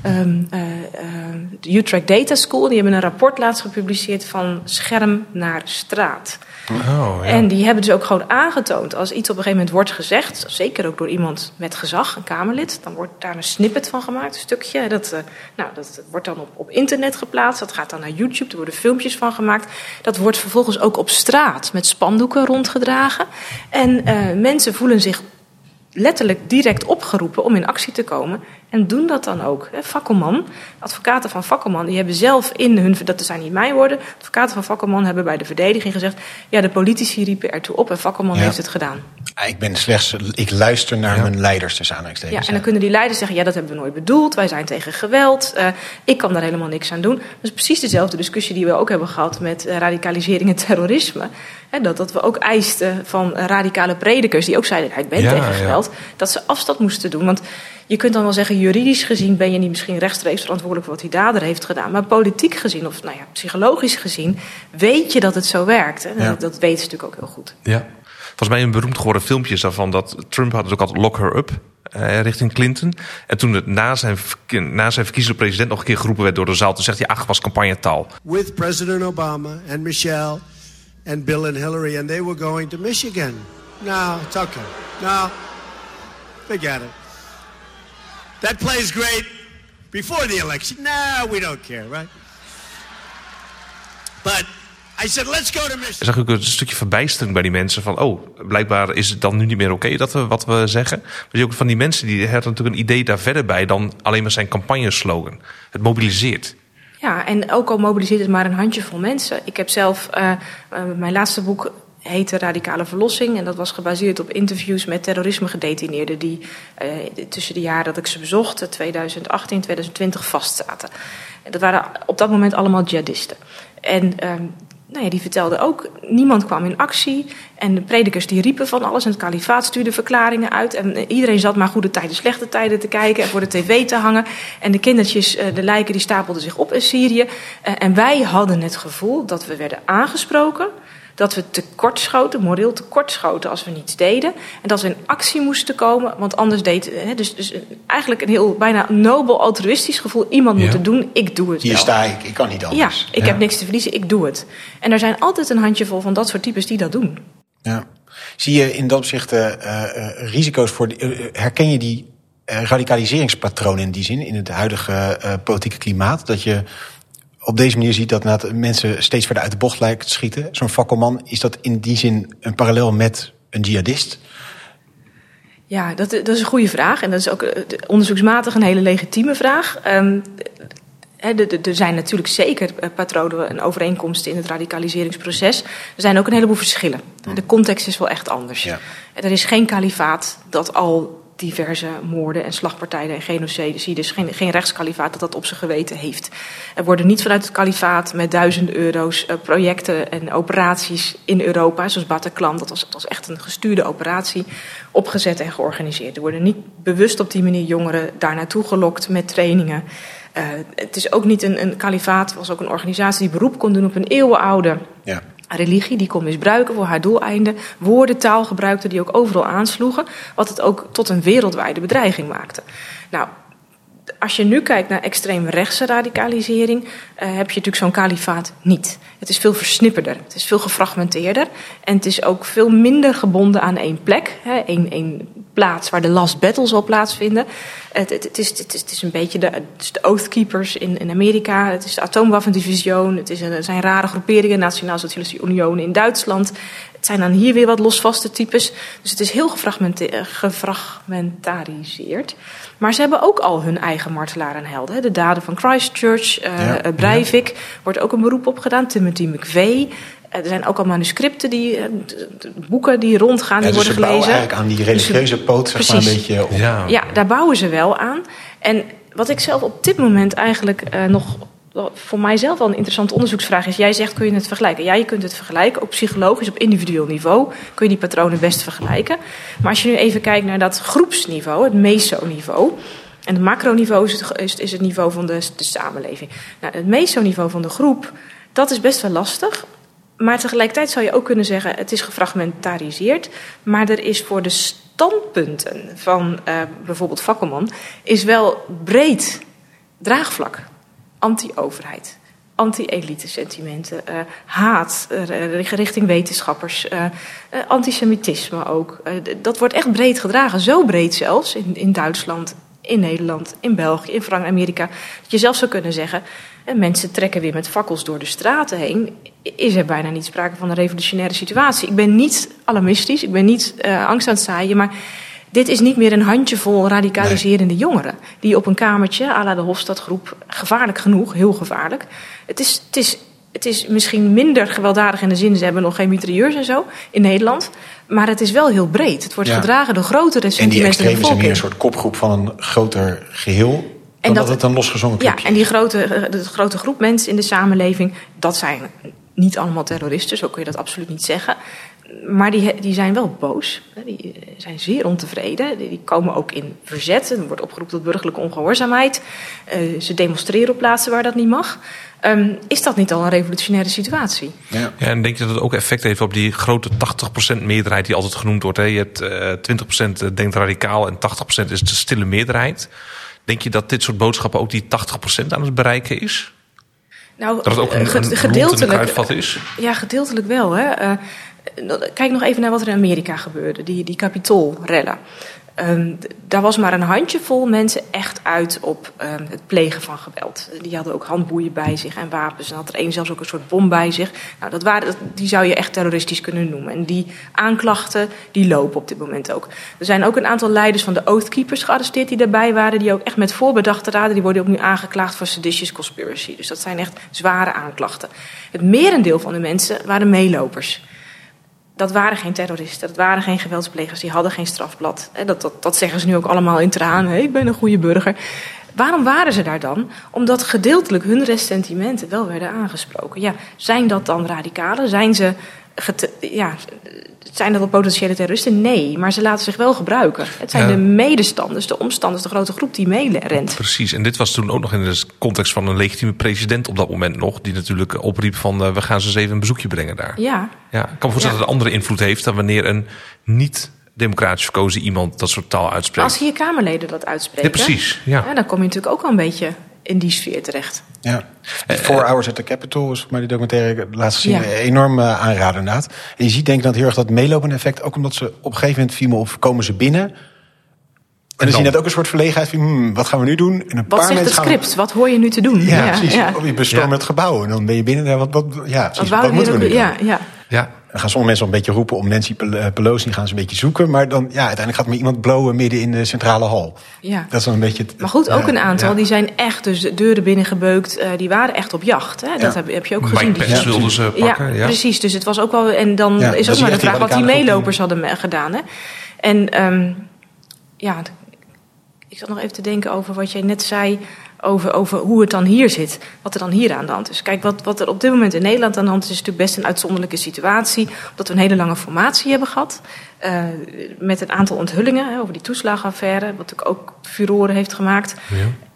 Speaker 3: De Utrecht Data School. Die hebben een rapport laatst gepubliceerd van scherm naar straat.
Speaker 2: Oh, ja.
Speaker 3: En die hebben dus ook gewoon aangetoond. Als iets op een gegeven moment wordt gezegd, zeker ook door iemand met gezag, een Kamerlid, dan wordt daar een snippet van gemaakt, een stukje. Dat wordt dan op internet geplaatst. Dat gaat dan naar YouTube. Er worden filmpjes van gemaakt. Dat wordt vervolgens ook op straat met spandoeken rondgedragen. En mensen voelen zich letterlijk direct opgeroepen om in actie te komen. En doen dat dan ook. Fakkelman, advocaten van Fakkelman, die hebben zelf in hun, dat zijn niet mijn woorden, advocaten van Fakkelman hebben bij de verdediging gezegd, ja, de politici riepen ertoe op en Fakkelman heeft het gedaan.
Speaker 1: Ik luister naar mijn leiders tussen aanhalingstekens.
Speaker 3: Ja, en dan kunnen die leiders zeggen, ja, dat hebben we nooit bedoeld, wij zijn tegen geweld, ik kan daar helemaal niks aan doen. Dat is precies dezelfde discussie die we ook hebben gehad met radicalisering en terrorisme. Dat we ook eisten van radicale predikers die ook zeiden, ik ben tegen geweld, dat ze afstand moesten doen. Want je kunt dan wel zeggen, juridisch gezien ben je niet misschien rechtstreeks verantwoordelijk voor wat die dader heeft gedaan. Maar politiek gezien, of psychologisch gezien, weet je dat het zo werkt. Hè? Ja. Dat weten ze natuurlijk ook heel goed.
Speaker 2: Ja. Volgens mij een beroemd geworden filmpje is daarvan dat Trump had het ook altijd lock her up richting Clinton. En toen het na zijn verkiezing president nog een keer geroepen werd door de zaal, toen zegt hij, ach, was campagnetaal.
Speaker 5: With President Obama and Michelle and Bill and Hillary, and they were going to Michigan. No, it's okay. No, forget it. That plays great before the election. No, we don't care, right? But I said, let's go to Michigan.
Speaker 2: Er zag ook een stukje verbijstering bij die mensen van, oh, blijkbaar is het dan nu niet meer oké dat we wat we zeggen. Maar je ook van die mensen die hadden natuurlijk een idee daar verder bij dan alleen maar zijn campagneslogan. Het mobiliseert.
Speaker 3: Ja, en ook al mobiliseert het maar een handjevol mensen. Ik heb zelf, mijn laatste boek heette Radicale Verlossing. En dat was gebaseerd op interviews met terrorisme-gedetineerden die tussen de jaren dat ik ze bezocht, 2018 en 2020, vastzaten. En dat waren op dat moment allemaal jihadisten. En die vertelden ook, niemand kwam in actie. En de predikers die riepen van alles. En het kalifaat stuurde verklaringen uit. En iedereen zat maar goede tijden, slechte tijden te kijken en voor de tv te hangen. En de kindertjes, de lijken, die stapelden zich op in Syrië. En wij hadden het gevoel dat we werden aangesproken, dat we tekortschoten, moreel tekortschoten als we niets deden. En dat we in actie moesten komen, want anders dus eigenlijk een heel bijna nobel altruïstisch gevoel. Iemand moet het doen, ik doe het
Speaker 1: Hier
Speaker 3: wel.
Speaker 1: sta ik kan niet anders.
Speaker 3: Ja, ik heb niks te verliezen, ik doe het. En er zijn altijd een handjevol van dat soort types die dat doen.
Speaker 1: Ja. Zie je in dat opzicht risico's voor, herken je die radicaliseringspatronen in die zin, in het huidige politieke klimaat, dat je op deze manier ziet dat mensen steeds verder uit de bocht lijken te schieten? Zo'n Fakkelman, is dat in die zin een parallel met een jihadist?
Speaker 3: Ja, dat is een goede vraag. En dat is ook onderzoeksmatig een hele legitieme vraag. Er zijn natuurlijk zeker patronen en overeenkomsten in het radicaliseringsproces. Er zijn ook een heleboel verschillen. De context is wel echt anders. Ja. Er is geen kalifaat dat al diverse moorden en slagpartijen en genocides, geen rechtskalifaat dat op zijn geweten heeft. Er worden niet vanuit het kalifaat met €1000 projecten en operaties in Europa, zoals Bataclan, dat was echt een gestuurde operatie, opgezet en georganiseerd. Er worden niet bewust op die manier jongeren daar naartoe gelokt met trainingen. Het is ook niet een kalifaat. Het was ook een organisatie die beroep kon doen op een eeuwenoude religie. Die kon misbruiken voor haar doeleinden. Woorden, taal gebruikte die ook overal aansloegen. Wat het ook tot een wereldwijde bedreiging maakte. Nou, als je nu kijkt naar extreemrechtse radicalisering, heb je natuurlijk zo'n kalifaat niet. Het is veel versnipperder, het is veel gefragmenteerder en het is ook veel minder gebonden aan één plek, één plaats waar de last battle zal plaatsvinden. Het is een beetje de Oath Keepers in Amerika, het is de atoomwaffendivision, het zijn rare groeperingen, Nationaal-Socialistische Unie in Duitsland. Het zijn dan hier weer wat losvaste types. Dus het is heel gefragmentariseerd. Maar ze hebben ook al hun eigen martelaren en helden. De daden van Christchurch, Breivik, wordt ook een beroep op gedaan. Timothy McVeigh. Er zijn ook al manuscripten, boeken die rondgaan, die worden gelezen. Dus
Speaker 1: eigenlijk aan die religieuze poot, zeg maar, een beetje op.
Speaker 3: Ja, daar bouwen ze wel aan. En wat ik zelf op dit moment eigenlijk nog voor mijzelf wel een interessante onderzoeksvraag is. Jij zegt, kun je het vergelijken? Ja, je kunt het vergelijken. Op psychologisch, op individueel niveau kun je die patronen best vergelijken. Maar als je nu even kijkt naar dat groepsniveau, het mesoniveau. En het macroniveau is het niveau van de samenleving. Nou, het mesoniveau van de groep, dat is best wel lastig. Maar tegelijkertijd zou je ook kunnen zeggen, het is gefragmentariseerd. Maar er is voor de standpunten van bijvoorbeeld Fakkelman, is wel breed draagvlak. Anti-overheid, anti-elite sentimenten, haat richting wetenschappers, antisemitisme ook. Dat wordt echt breed gedragen, zo breed zelfs in Duitsland, in Nederland, in België, in Frankrijk, Amerika. Dat je zelfs zou kunnen zeggen, mensen trekken weer met fakkels door de straten heen. Is er bijna niet sprake van een revolutionaire situatie. Ik ben niet alarmistisch, ik ben niet angst aan het zaaien, maar dit is niet meer een handjevol radicaliserende jongeren die op een kamertje, à la de Hofstadgroep, gevaarlijk genoeg, heel gevaarlijk. Het is misschien minder gewelddadig in de zin, ze hebben nog geen mitrailleurs en zo in Nederland, maar het is wel heel breed. Het wordt gedragen door grotere sentimenten.
Speaker 1: En die extremen zijn meer een soort kopgroep van een groter geheel, dan dat het een losgezongen clubje is.
Speaker 3: Ja, en de grote groep mensen in de samenleving, dat zijn niet allemaal terroristen, zo kun je dat absoluut niet zeggen. Maar die zijn wel boos. Die zijn zeer ontevreden. Die komen ook in verzet. Er wordt opgeroepen tot burgerlijke ongehoorzaamheid. Ze demonstreren op plaatsen waar dat niet mag. Is dat niet al een revolutionaire situatie?
Speaker 2: Ja, en denk je dat het ook effect heeft op die grote 80% meerderheid die altijd genoemd wordt? Hè? Je hebt 20% denkt radicaal en 80% is de stille meerderheid. Denk je dat dit soort boodschappen ook die 80% aan het bereiken is?
Speaker 3: Nou,
Speaker 2: dat het ook een gedeeltelijk kruidvat is?
Speaker 3: Ja, gedeeltelijk wel. Hè. Kijk nog even naar wat er in Amerika gebeurde. Die Capitoolrellen. Daar was maar een handjevol mensen echt uit op het plegen van geweld. Die hadden ook handboeien bij zich en wapens. En had er één zelfs ook een soort bom bij zich. Nou, die zou je echt terroristisch kunnen noemen. En die aanklachten, die lopen op dit moment ook. Er zijn ook een aantal leiders van de Oath Keepers gearresteerd die daarbij waren. Die ook echt met voorbedachte raden, die worden ook nu aangeklaagd voor seditious conspiracy. Dus dat zijn echt zware aanklachten. Het merendeel van de mensen waren meelopers. Dat waren geen terroristen, dat waren geen geweldsplegers, die hadden geen strafblad. Dat zeggen ze nu ook allemaal in tranen, ik ben een goede burger. Waarom waren ze daar dan? Omdat gedeeltelijk hun ressentimenten wel werden aangesproken. Ja, zijn dat dan radicalen? Zijn dat wel potentiële terroristen? Nee, maar ze laten zich wel gebruiken. Het zijn de medestanders, de omstanders, de grote groep die meerent.
Speaker 2: Precies, en dit was toen ook nog in de context van een legitieme president op dat moment nog, die natuurlijk opriep van we gaan ze eens even een bezoekje brengen daar.
Speaker 3: Ja.
Speaker 2: Ik kan me voorstellen dat het een andere invloed heeft dan wanneer een niet democratisch verkozen iemand dat soort taal uitspreekt.
Speaker 3: Als hier Kamerleden dat uitspreken,
Speaker 2: ja, precies, ja.
Speaker 3: Dan kom je natuurlijk ook wel een beetje in die sfeer terecht.
Speaker 1: Ja, 4 Hours at the Capitol is maar die documentaire laatst gezien enorm aanraden inderdaad. En je ziet denk ik dat heel erg dat meelopende effect, ook omdat ze op een gegeven moment viel me op, komen ze binnen. En dan zie je net ook een soort verlegenheid van, wat gaan we nu doen? En een
Speaker 3: wat zegt het script? Wat hoor je nu te doen?
Speaker 1: Ja, precies. Ja. Je bestormt het gebouw en dan ben je binnen. Wat moeten we nu doen?
Speaker 3: Ja.
Speaker 1: Dan gaan sommige mensen al een beetje roepen om Nancy Pelosi, gaan ze een beetje zoeken. Maar dan, uiteindelijk gaat er maar iemand blowen midden in de centrale hal. Ja. Dat is dan een beetje
Speaker 3: maar goed, ook een aantal, die zijn echt dus de deuren binnengebeukt. Die waren echt op jacht. Hè? Dat heb je ook gezien.
Speaker 2: Mike Pence wilden ze pakken.
Speaker 3: Ja, precies. Dus het was ook wel. En dan is ook maar de vraag wat die meelopers hadden gedaan. Hè? En ik zat nog even te denken over wat jij net zei. Over hoe het dan hier zit. Wat er dan hier aan de hand is. Kijk, wat er op dit moment in Nederland aan de hand is natuurlijk best een uitzonderlijke situatie. Omdat we een hele lange formatie hebben gehad. Met een aantal onthullingen over die toeslagenaffaire. Wat natuurlijk ook furoren heeft gemaakt. Ja.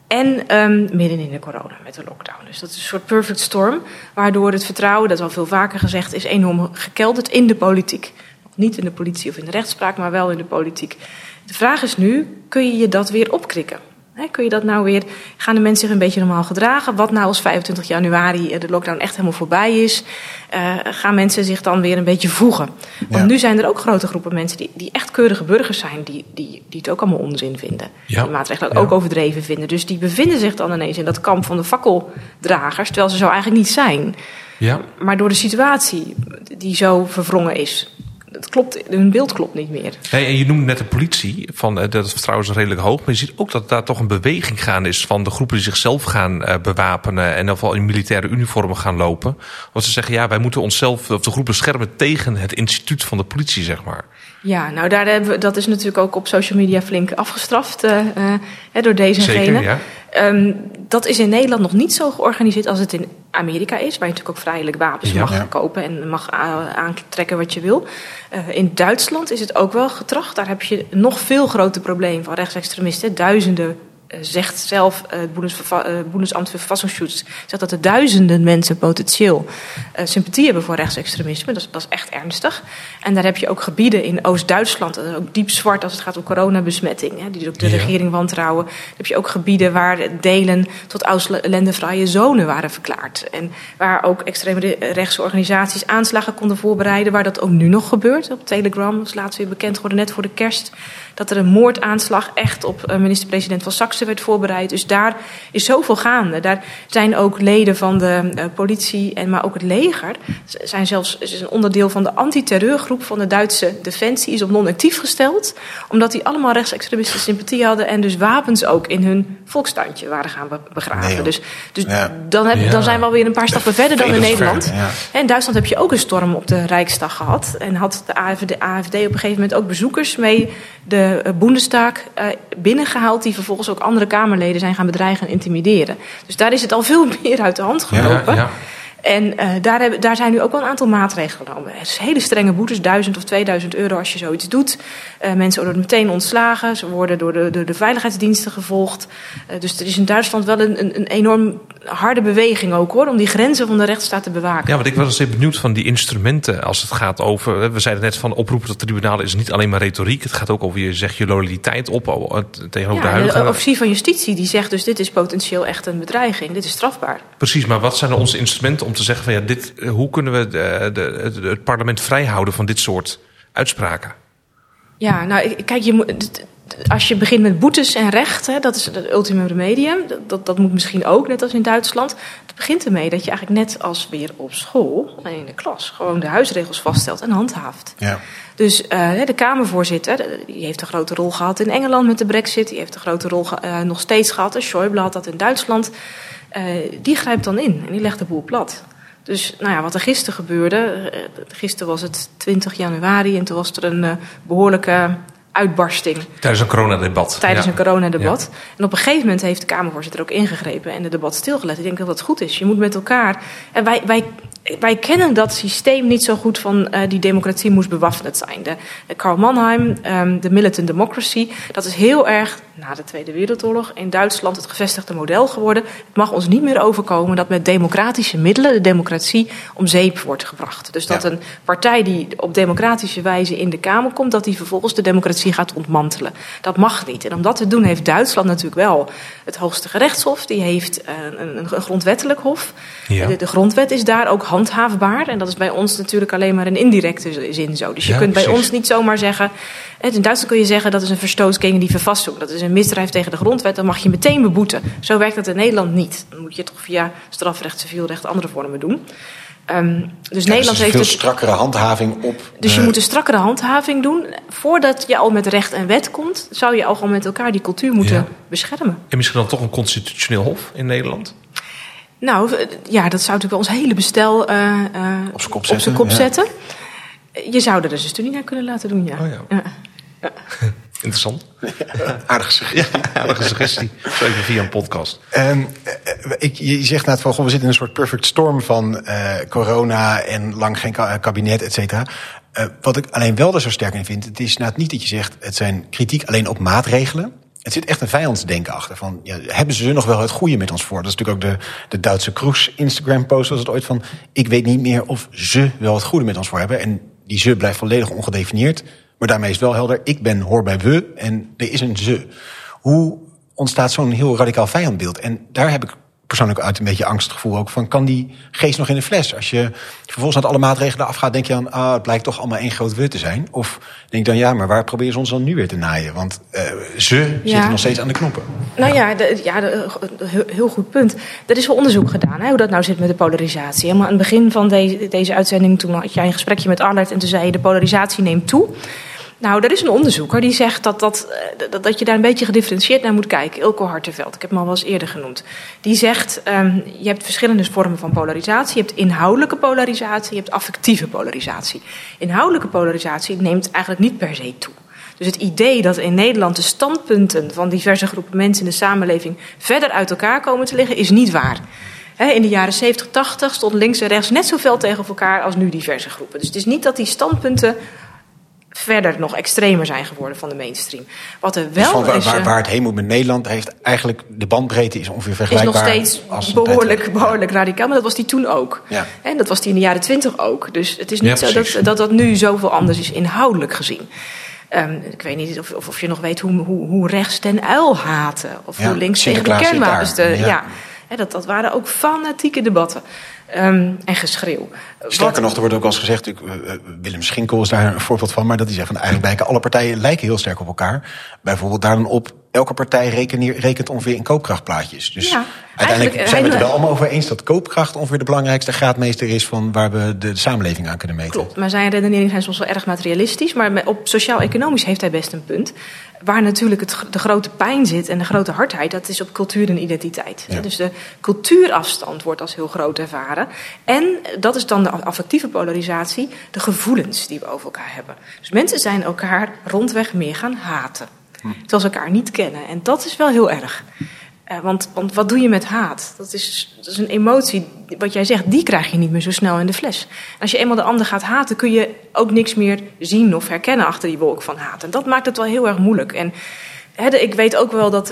Speaker 3: En midden in de corona met de lockdown. Dus dat is een soort perfect storm. Waardoor het vertrouwen, dat is al veel vaker gezegd, is enorm gekelderd in de politiek. Niet in de politie of in de rechtspraak, maar wel in de politiek. De vraag is nu, kun je dat weer opkrikken? Kun je dat nou weer, gaan de mensen zich een beetje normaal gedragen? Wat nou als 25 januari de lockdown echt helemaal voorbij is? Gaan mensen zich dan weer een beetje voegen? Want nu zijn er ook grote groepen mensen die echt keurige burgers zijn. Die het ook allemaal onzin vinden. Die maatregelen ook overdreven vinden. Dus die bevinden zich dan ineens in dat kamp van de fakkeldragers. Terwijl ze zo eigenlijk niet zijn. Ja. Maar door de situatie die zo verwrongen is. Hun beeld klopt niet meer.
Speaker 2: Hey, en je noemde net de politie, dat het vertrouwen is redelijk hoog. Maar je ziet ook dat daar toch een beweging gaande is van de groepen die zichzelf gaan bewapenen. En in ieder geval in militaire uniformen gaan lopen. Want ze zeggen, wij moeten onszelf of de groep beschermen tegen het instituut van de politie, zeg maar. Ja,
Speaker 3: nou dat is natuurlijk ook op social media flink afgestraft door deze en gene. Ja. Dat is in Nederland nog niet zo georganiseerd als het in Amerika is. Waar je natuurlijk ook vrijelijk wapens mag kopen en mag aantrekken wat je wil. In Duitsland is het ook wel getracht. Daar heb je nog veel groter probleem van rechtsextremisten. Duizenden, zegt zelf het Bundesamt für Verfassungsschutz, zegt dat er duizenden mensen potentieel sympathie hebben voor rechtsextremisme. Dat is echt ernstig. En daar heb je ook gebieden in Oost-Duitsland, ook diep zwart als het gaat om coronabesmetting, die ook de regering wantrouwen. Dan heb je ook gebieden waar delen tot auslendervrije zone waren verklaard. En waar ook extreme rechtse organisaties aanslagen konden voorbereiden, waar dat ook nu nog gebeurt. Op Telegram is laatst weer bekend geworden, net voor de kerst, dat er een moordaanslag echt op minister-president van Saxe werd voorbereid. Dus daar is zoveel gaande. Daar zijn ook leden van de politie, maar ook het leger. Is een onderdeel van de antiterreurgroep van de Duitse Defensie. Is op non-actief gesteld. Omdat die allemaal rechtsextremistische sympathie hadden. En dus wapens ook in hun volkstuintje waren gaan begraven. Nee, dus dan zijn we alweer een paar stappen verder dan in Nederland. In Duitsland heb je ook een storm op de Rijksdag gehad. En had de AfD op een gegeven moment ook bezoekers mee de Bundestag binnengehaald, die vervolgens ook andere Kamerleden zijn gaan bedreigen en intimideren. Dus daar is het al veel meer uit de hand gelopen. En daar zijn nu ook wel een aantal maatregelen genomen. Het is hele strenge boetes, 1.000 of 2.000 euro als je zoiets doet. Mensen worden meteen ontslagen, ze worden door de veiligheidsdiensten gevolgd. Dus er is in Duitsland wel een enorm harde beweging ook, hoor, om die grenzen van de rechtsstaat te bewaken.
Speaker 2: Ja, want ik was eens benieuwd van die instrumenten als het gaat over, we zeiden net van oproepen tot tribunalen is niet alleen maar retoriek. Het gaat ook over, je zegt je loyaliteit op tegenover de huidige.
Speaker 3: De officier van justitie die zegt dus dit is potentieel echt een bedreiging, dit is strafbaar.
Speaker 2: Precies, maar wat zijn onze instrumenten om te zeggen van hoe kunnen we het parlement vrijhouden van dit soort uitspraken?
Speaker 3: Ja, nou kijk, als je begint met boetes en recht, dat is het ultimum remedium. Dat moet misschien ook, net als in Duitsland. Het begint ermee dat je eigenlijk net als weer op school en in de klas gewoon de huisregels vaststelt en handhaaft. Ja. Dus de Kamervoorzitter, die heeft een grote rol gehad in Engeland met de Brexit. Die heeft een grote rol nog steeds gehad. Schäuble had dat in Duitsland. Die grijpt dan in en die legt de boel plat. Dus wat er gisteren gebeurde, gisteren was het 20 januari en toen was er een behoorlijke uitbarsting.
Speaker 2: Tijdens een coronadebat.
Speaker 3: Een coronadebat. Ja. En op een gegeven moment heeft de Kamervoorzitter ook ingegrepen en het debat stilgelegd. Ik denk dat dat goed is. Je moet met elkaar. En wij kennen dat systeem niet zo goed van die democratie moest bewaffend zijn. De Karl Mannheim, de militant democracy, dat is heel erg na de Tweede Wereldoorlog in Duitsland het gevestigde model geworden. Het mag ons niet meer overkomen dat met democratische middelen de democratie om zeep wordt gebracht. Dus dat een partij die op democratische wijze in de Kamer komt, dat die vervolgens de democratie gaat ontmantelen. Dat mag niet. En om dat te doen heeft Duitsland natuurlijk wel het hoogste gerechtshof. Die heeft een grondwettelijk hof. Ja. De grondwet is daar ook handhaafbaar. En dat is bij ons natuurlijk alleen maar een indirecte zin zo. Dus je kunt bij ons niet zomaar zeggen. In Duitsland kun je zeggen dat is een verstoot tegen die verfassing. Dat is een misdrijf tegen de grondwet. Dan mag je meteen beboeten. Zo werkt dat in Nederland niet. Dan moet je toch via strafrecht, civielrecht, andere vormen doen. Dus Nederland heeft
Speaker 1: veel strakkere handhaving op.
Speaker 3: Dus je moet een strakkere handhaving doen. Voordat je al met recht en wet komt, zou je al gewoon met elkaar die cultuur moeten beschermen.
Speaker 2: En misschien dan toch een constitutioneel hof in Nederland?
Speaker 3: Nou, dat zou natuurlijk wel ons hele bestel op zijn kop zetten. Je zou er dus een studie naar kunnen laten doen, ja.
Speaker 2: Oh ja. Interessant.
Speaker 1: Aardige suggestie.
Speaker 2: Aardige suggestie. Zo even via een podcast.
Speaker 1: Je zegt net van, we zitten in een soort perfect storm van corona en lang geen kabinet, et cetera. Wat ik alleen wel er zo sterk in vind, het is niet dat je zegt, het zijn kritiek alleen op maatregelen. Het zit echt een vijandsdenken achter. Van, hebben ze nog wel het goede met ons voor? Dat is natuurlijk ook de Duitse Kroes Instagram-post. Was het ooit van, ik weet niet meer of ze wel het goede met ons voor hebben. En die ze blijft volledig ongedefinieerd. Maar daarmee is wel helder, ik hoor bij we en er is een ze. Hoe ontstaat zo'n heel radicaal vijandbeeld? En daar heb ik persoonlijk uit een beetje angstgevoel ook van, kan die geest nog in de fles? Als je vervolgens aan alle maatregelen afgaat, denk je dan, het blijkt toch allemaal één groot we te zijn. Of denk je dan, maar waar proberen ze ons dan nu weer te naaien? Want ze zitten nog steeds aan de knoppen.
Speaker 3: Nou heel goed punt. Er is wel onderzoek gedaan, hoe dat nou zit met de polarisatie. Helemaal aan het begin van deze uitzending, toen had jij een gesprekje met Arlert en toen zei je, de polarisatie neemt toe. Nou, er is een onderzoeker die zegt dat je daar een beetje gedifferentieerd naar moet kijken. Ilko Hartenveld, ik heb hem al wel eens eerder genoemd. Die zegt, je hebt verschillende vormen van polarisatie. Je hebt inhoudelijke polarisatie, je hebt affectieve polarisatie. Inhoudelijke polarisatie neemt eigenlijk niet per se toe. Dus het idee dat in Nederland de standpunten van diverse groepen mensen in de samenleving verder uit elkaar komen te liggen, is niet waar. In de jaren 70, 80 stond links en rechts net zoveel tegen elkaar als nu diverse groepen. Dus het is niet dat die standpunten verder nog extremer zijn geworden van de mainstream. Wat er wel
Speaker 1: dus
Speaker 3: is,
Speaker 1: waar het heen moet met Nederland, heeft eigenlijk de bandbreedte is ongeveer vergelijkbaar.
Speaker 3: Is nog steeds behoorlijk radicaal, maar dat was die toen ook. Ja. En dat was die in de jaren 20 ook. Dus het is niet zo dat nu zoveel anders is inhoudelijk gezien. Ik weet niet of je nog weet hoe rechts Ten Uyl haatte. Of hoe links tegen de kernwapens. Dat waren ook fanatieke debatten. En geschreeuw.
Speaker 1: Sterker nog, er wordt ook al eens gezegd, Willem Schinkel is daar een voorbeeld van, maar dat hij zegt van eigenlijk alle partijen lijken heel sterk op elkaar. Bijvoorbeeld daar dan op, elke partij rekent ongeveer in koopkrachtplaatjes. Dus uiteindelijk zijn we het er wel allemaal over eens dat koopkracht ongeveer de belangrijkste graadmeester is van waar we de samenleving aan kunnen meten.
Speaker 3: Klopt, maar zijn redeneringen zijn soms wel erg materialistisch, maar op sociaal-economisch heeft hij best een punt. Waar natuurlijk de grote pijn zit en de grote hardheid, dat is op cultuur en identiteit. Ja. Dus de cultuurafstand wordt als heel groot ervaren. En dat is dan de affectieve polarisatie, de gevoelens die we over elkaar hebben. Dus mensen zijn elkaar rondweg meer gaan haten. Terwijl ze elkaar niet kennen. En dat is wel heel erg. Want wat doe je met haat? Dat is een emotie, wat jij zegt, die krijg je niet meer zo snel in de fles. En als je eenmaal de ander gaat haten, kun je ook niks meer zien of herkennen achter die wolk van haat. En dat maakt het wel heel erg moeilijk. En ik weet ook wel dat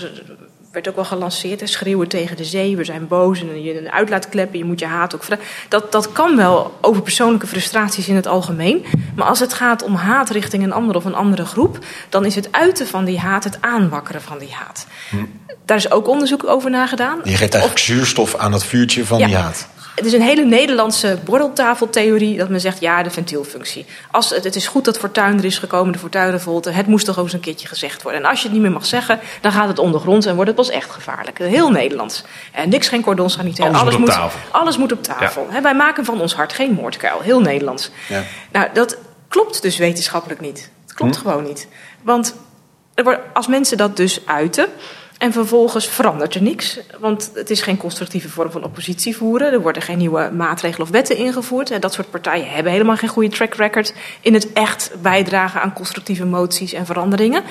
Speaker 3: werd ook wel gelanceerd, schreeuwen tegen de zee, we zijn boos en je een uitlaatklep en je moet je haat ook dat kan wel over persoonlijke frustraties in het algemeen. Maar als het gaat om haat richting een ander of een andere groep, dan is het uiten van die haat het aanwakkeren van die haat. Daar is ook onderzoek over nagedaan.
Speaker 1: Je geeft eigenlijk zuurstof aan dat vuurtje van die haat.
Speaker 3: Het is een hele Nederlandse borreltafeltheorie dat men zegt, de ventielfunctie. Het is goed dat Fortuyn er is gekomen, de Fortuyn-revolte. Het moest toch ook eens een keertje gezegd worden. En als je het niet meer mag zeggen, dan gaat het ondergronds en wordt het pas echt gevaarlijk. Heel Nederlands. Geen cordon sanitair. Alles moet op tafel. Ja. Wij maken van ons hart geen moordkuil. Heel Nederlands. Ja. Nou, dat klopt dus wetenschappelijk niet. Het klopt gewoon niet. Want als mensen dat dus uiten, en vervolgens verandert er niks, want het is geen constructieve vorm van oppositie voeren. Er worden geen nieuwe maatregelen of wetten ingevoerd. Dat soort partijen hebben helemaal geen goede track record in het echt bijdragen aan constructieve moties en veranderingen.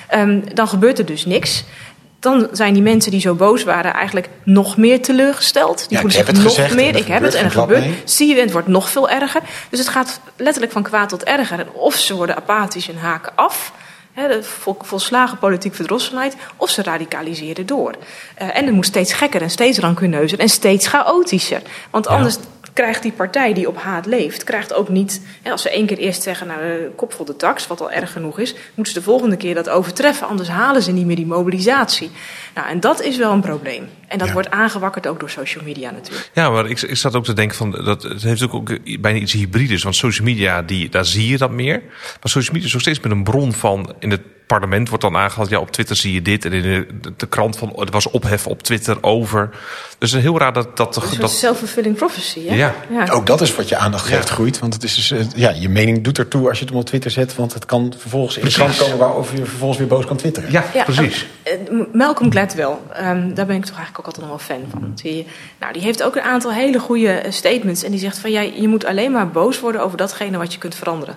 Speaker 3: Dan gebeurt er dus niks. Dan zijn die mensen die zo boos waren eigenlijk nog meer teleurgesteld. Die voelen zich nog meer. Ik heb het en er gebeurt. Zie je, het wordt nog veel erger. Dus het gaat letterlijk van kwaad tot erger. En of ze worden apathisch en haken af, de volslagen politiek verdrossenheid, of ze radicaliseren door. En het moet steeds gekker en steeds rancuneuzer en steeds chaotischer. Want anders krijgt die partij die op haat leeft, krijgt ook niet, als ze één keer eerst zeggen, kop vol de tax, wat al erg genoeg is, moeten ze de volgende keer dat overtreffen, anders halen ze niet meer die mobilisatie. Nou, en dat is wel een probleem. En dat wordt aangewakkerd ook door social media natuurlijk.
Speaker 2: Ja, maar ik zat ook te denken van, dat het heeft ook bijna iets hybrides, want social media, daar zie je dat meer. Maar social media is nog steeds met een bron van, in het parlement wordt dan aangehaald, op Twitter zie je dit. En in de krant van, er was ophef op Twitter over. Dus het is heel raar dat
Speaker 3: een self-fulfilling prophecy, hè?
Speaker 2: Ja.
Speaker 1: Ook dat is wat je aandacht geeft groeit. Want het is dus, je mening doet ertoe als je het op Twitter zet. Want het kan vervolgens in de krant komen waarover je vervolgens weer boos kan twitteren.
Speaker 2: Ja, precies.
Speaker 3: Malcolm Gladwell, daar ben ik toch eigenlijk ook altijd nog wel fan van. Die heeft ook een aantal hele goede statements. En die zegt van, je moet alleen maar boos worden over datgene wat je kunt veranderen.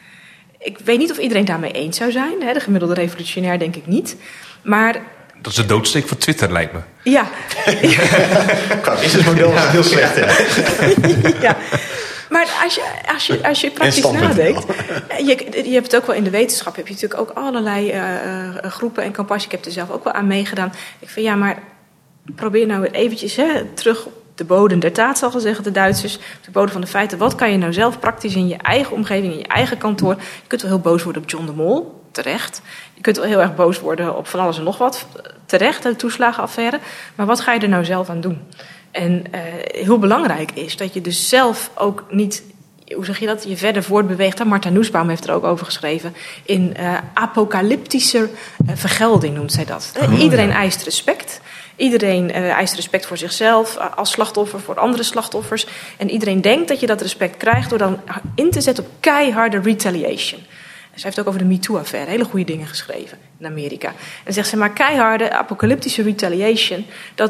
Speaker 3: Ik weet niet of iedereen daarmee eens zou zijn. De gemiddelde revolutionair denk ik niet. Maar
Speaker 2: dat is de doodsteek voor Twitter, lijkt me.
Speaker 3: Ja.
Speaker 1: Qua businessmodel is het heel slecht.
Speaker 3: Ja. Maar als je praktisch nadenkt, je hebt het ook wel in de wetenschap, heb je natuurlijk ook allerlei groepen en campagnes. Ik heb er zelf ook wel aan meegedaan. Ik vind, ja, maar probeer nou eventjes terug op de bodem der taal, zal zeggen de Duitsers, op de bodem van de feiten. Wat kan je nou zelf praktisch in je eigen omgeving, in je eigen kantoor? Je kunt wel heel boos worden op John de Mol, terecht. Je kunt wel heel erg boos worden op van alles en nog wat, terecht, de toeslagenaffaire. Maar wat ga je er nou zelf aan doen? En heel belangrijk is dat je dus zelf ook niet, hoe zeg je dat, je verder voortbeweegt. Martha Nussbaum heeft er ook over geschreven. In apocalyptische vergelding noemt zij dat. Iedereen eist respect. Iedereen eist respect voor zichzelf als slachtoffer, voor andere slachtoffers. En iedereen denkt dat je dat respect krijgt door dan in te zetten op keiharde retaliation. Zij heeft ook over de MeToo-affaire hele goede dingen geschreven in Amerika. En zegt ze, maar keiharde apocalyptische retaliation,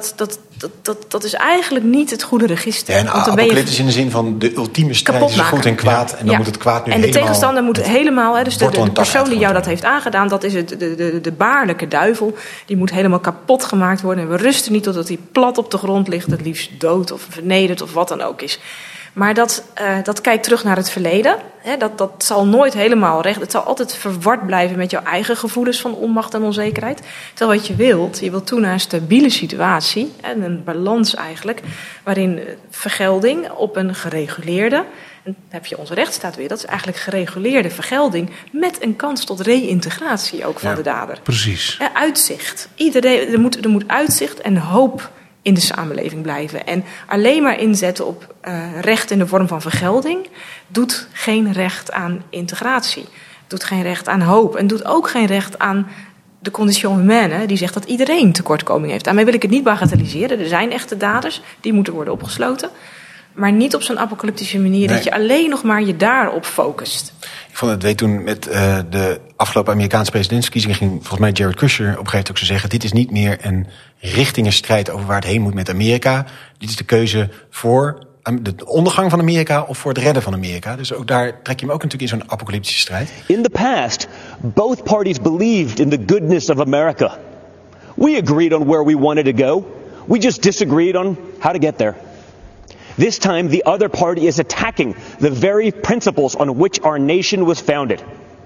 Speaker 3: dat is eigenlijk niet het goede register.
Speaker 1: Ja, en apocalyptisch in de zin van de ultieme strijd is goed en kwaad. En dan moet het kwaad nu helemaal.
Speaker 3: En de tegenstander moet helemaal, dus de persoon die jou dat heeft aangedaan, dat is de baarlijke duivel. Die moet helemaal kapot gemaakt worden. En we rusten niet totdat hij plat op de grond ligt, het liefst dood of vernederd of wat dan ook is. Maar dat kijkt terug naar het verleden. Dat zal nooit helemaal recht. Het zal altijd verward blijven met jouw eigen gevoelens van onmacht en onzekerheid. Terwijl wat je wilt toe naar een stabiele situatie. Een balans eigenlijk. Waarin vergelding op een gereguleerde. En dan heb je onze rechtsstaat weer. Dat is eigenlijk gereguleerde vergelding. Met een kans tot reïntegratie ook van de dader.
Speaker 2: Precies.
Speaker 3: Uitzicht. Er moet uitzicht en hoop in de samenleving blijven. En alleen maar inzetten op recht in de vorm van vergelding doet geen recht aan integratie. Doet geen recht aan hoop. En doet ook geen recht aan de condition humaine, die zegt dat iedereen tekortkoming heeft. Daarmee wil ik het niet bagatelliseren. Er zijn echte daders, die moeten worden opgesloten. Maar niet op zo'n apocalyptische manier dat je alleen nog maar je daarop focust.
Speaker 1: Ik vond het weet toen met de afgelopen Amerikaanse presidentsverkiezingen ging volgens mij Jared Kushner op een gegeven moment ook zo zeggen: dit is niet meer een richtingenstrijd over waar het heen moet met Amerika. Dit is de keuze voor de ondergang van Amerika of voor het redden van Amerika. Dus ook daar trek je hem ook natuurlijk in zo'n apocalyptische strijd.
Speaker 6: In the past, both parties believed in the goodness of America. We agreed on where we wanted to go. We just disagreed on how to get there. This time, the other party is attacking the very principles on which our nation was founded.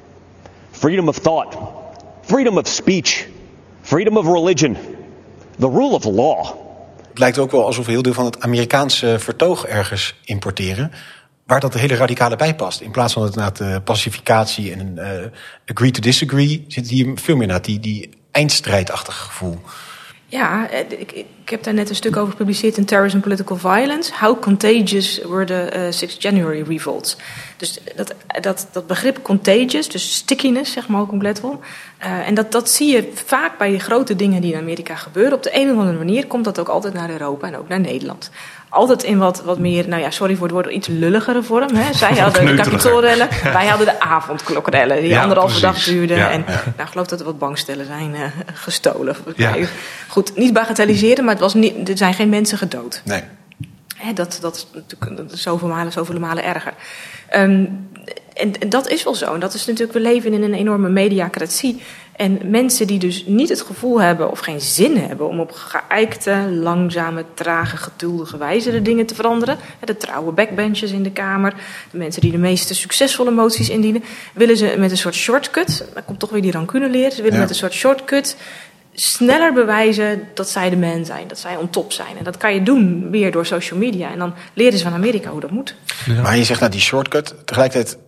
Speaker 6: Freedom of thought, freedom of speech, freedom of religion, the rule of law.
Speaker 1: Het lijkt ook wel alsof we heel deel van het Amerikaanse vertoog ergens importeren, waar dat de hele radicale bij past. In plaats van het pacificatie en een agree to disagree, zit hier veel meer naar die eindstrijdachtige gevoel.
Speaker 3: Ja, ik heb daar net een stuk over gepubliceerd in Terrorism and Political Violence. How contagious were the 6 January revolts? Dus dat begrip contagious, dus stickiness, zeg maar ook compleet wel. En dat zie je vaak bij de grote dingen die in Amerika gebeuren. Op de een of andere manier komt dat ook altijd naar Europa en ook naar Nederland. Altijd in wat meer, nou ja, sorry voor het woord, iets lulligere vorm. Hè. Zij hadden de kapitoolrellen, wij hadden de avondklokrellen die 1,5 dag duurden. Ja, en nou, ik geloof dat er wat bankstellen zijn gestolen. Ja. Goed, niet bagatelliseren, maar er zijn geen mensen gedood.
Speaker 1: Nee.
Speaker 3: Hè, dat is natuurlijk zoveel malen erger. En dat is wel zo. En dat is natuurlijk, we leven in een enorme mediacratie. En mensen die dus niet het gevoel hebben of geen zin hebben om op geëikte, langzame, trage, geduldige wijze de dingen te veranderen. De trouwe backbenchers in de Kamer, de mensen die de meeste succesvolle moties indienen, willen ze met een soort shortcut, dan komt toch weer die rancune-leer, ze willen met een soort shortcut sneller bewijzen dat zij de man zijn, dat zij on top zijn. En dat kan je doen weer door social media. En dan leren ze van Amerika hoe dat moet.
Speaker 1: Ja. Maar je zegt nou die shortcut, tegelijkertijd,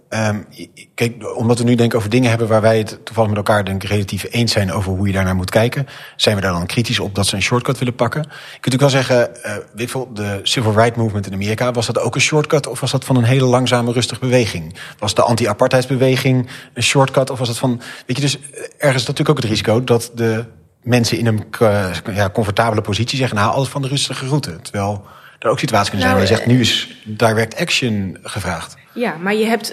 Speaker 1: kijk, omdat we nu denken over dingen hebben waar wij het toevallig met elkaar denk ik relatief eens zijn over hoe je daarnaar moet kijken, zijn we daar dan kritisch op dat ze een shortcut willen pakken? Je kunt natuurlijk wel zeggen, de Civil Rights Movement in Amerika, was dat ook een shortcut of was dat van een hele langzame, rustige beweging? Was de anti-apartheidsbeweging een shortcut of was dat van, weet je, dus ergens is natuurlijk ook het risico dat de mensen in een comfortabele positie zeggen, nou, alles van de rustige route. Terwijl er ook situaties kunnen zijn waar je zegt, nu is direct action gevraagd.
Speaker 3: Ja, maar je hebt,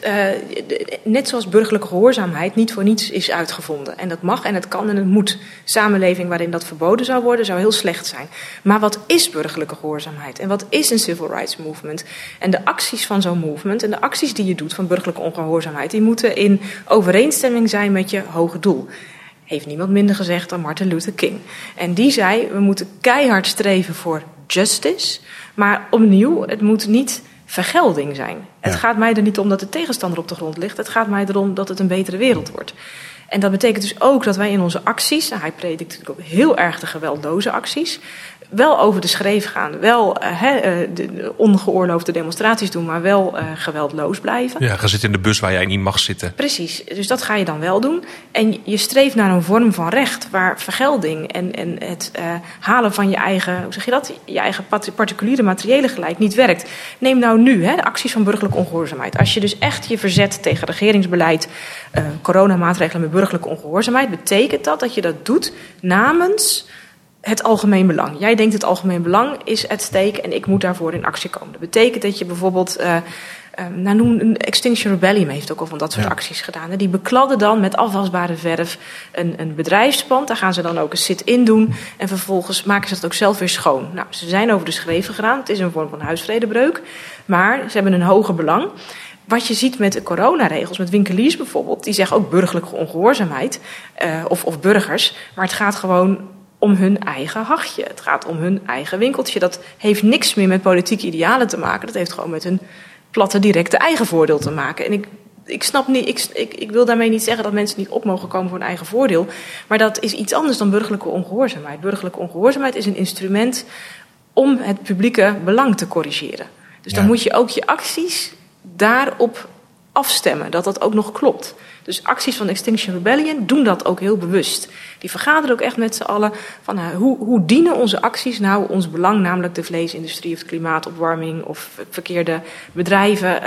Speaker 3: net zoals burgerlijke gehoorzaamheid, niet voor niets is uitgevonden. En dat mag en het kan en het moet. Samenleving waarin dat verboden zou worden, zou heel slecht zijn. Maar wat is burgerlijke gehoorzaamheid? En wat is een civil rights movement? En de acties van zo'n movement en de acties die je doet van burgerlijke ongehoorzaamheid, die moeten in overeenstemming zijn met je hoge doel. Heeft niemand minder gezegd dan Martin Luther King. En die zei, we moeten keihard streven voor justice. Maar opnieuw, het moet niet vergelding zijn. Het gaat mij er niet om dat de tegenstander op de grond ligt. Het gaat mij erom dat het een betere wereld wordt. En dat betekent dus ook dat wij in onze acties, hij predikt natuurlijk ook heel erg de geweldloze acties, wel over de schreef gaan, wel de ongeoorloofde demonstraties doen, maar wel geweldloos blijven.
Speaker 2: Ja, ga zitten in de bus waar jij niet mag zitten.
Speaker 3: Precies, dus dat ga je dan wel doen. En je streeft naar een vorm van recht waar vergelding en het halen van je eigen, hoe zeg je dat, je eigen particuliere materiële gelijk niet werkt. Neem nou nu de acties van burgerlijke ongehoorzaamheid. Als je dus echt je verzet tegen regeringsbeleid, coronamaatregelen met burgerlijke ongehoorzaamheid, betekent dat je dat doet namens het algemeen belang. Jij denkt het algemeen belang is at stake en ik moet daarvoor in actie komen. Dat betekent dat je bijvoorbeeld, Extinction Rebellion heeft ook al van dat soort acties gedaan. Die bekladden dan met afwasbare verf een bedrijfspand. Daar gaan ze dan ook een sit-in doen. En vervolgens maken ze dat ook zelf weer schoon. Nou, ze zijn over de schreef gegaan. Het is een vorm van huisvredebreuk. Maar ze hebben een hoger belang. Wat je ziet met de coronaregels, met winkeliers bijvoorbeeld, die zeggen ook burgerlijke ongehoorzaamheid of burgers. Maar het gaat gewoon om hun eigen hachje. Het gaat om hun eigen winkeltje. Dat heeft niks meer met politieke idealen te maken. Dat heeft gewoon met hun platte, directe eigen voordeel te maken. En ik snap niet, ik wil daarmee niet zeggen dat mensen niet op mogen komen voor hun eigen voordeel. Maar dat is iets anders dan burgerlijke ongehoorzaamheid. Burgerlijke ongehoorzaamheid is een instrument om het publieke belang te corrigeren. Dus dan moet je ook je acties daarop afstemmen, dat ook nog klopt. Dus acties van Extinction Rebellion doen dat ook heel bewust. Die vergaderen ook echt met z'n allen van hoe dienen onze acties nou ons belang, namelijk de vleesindustrie of de klimaatopwarming of verkeerde bedrijven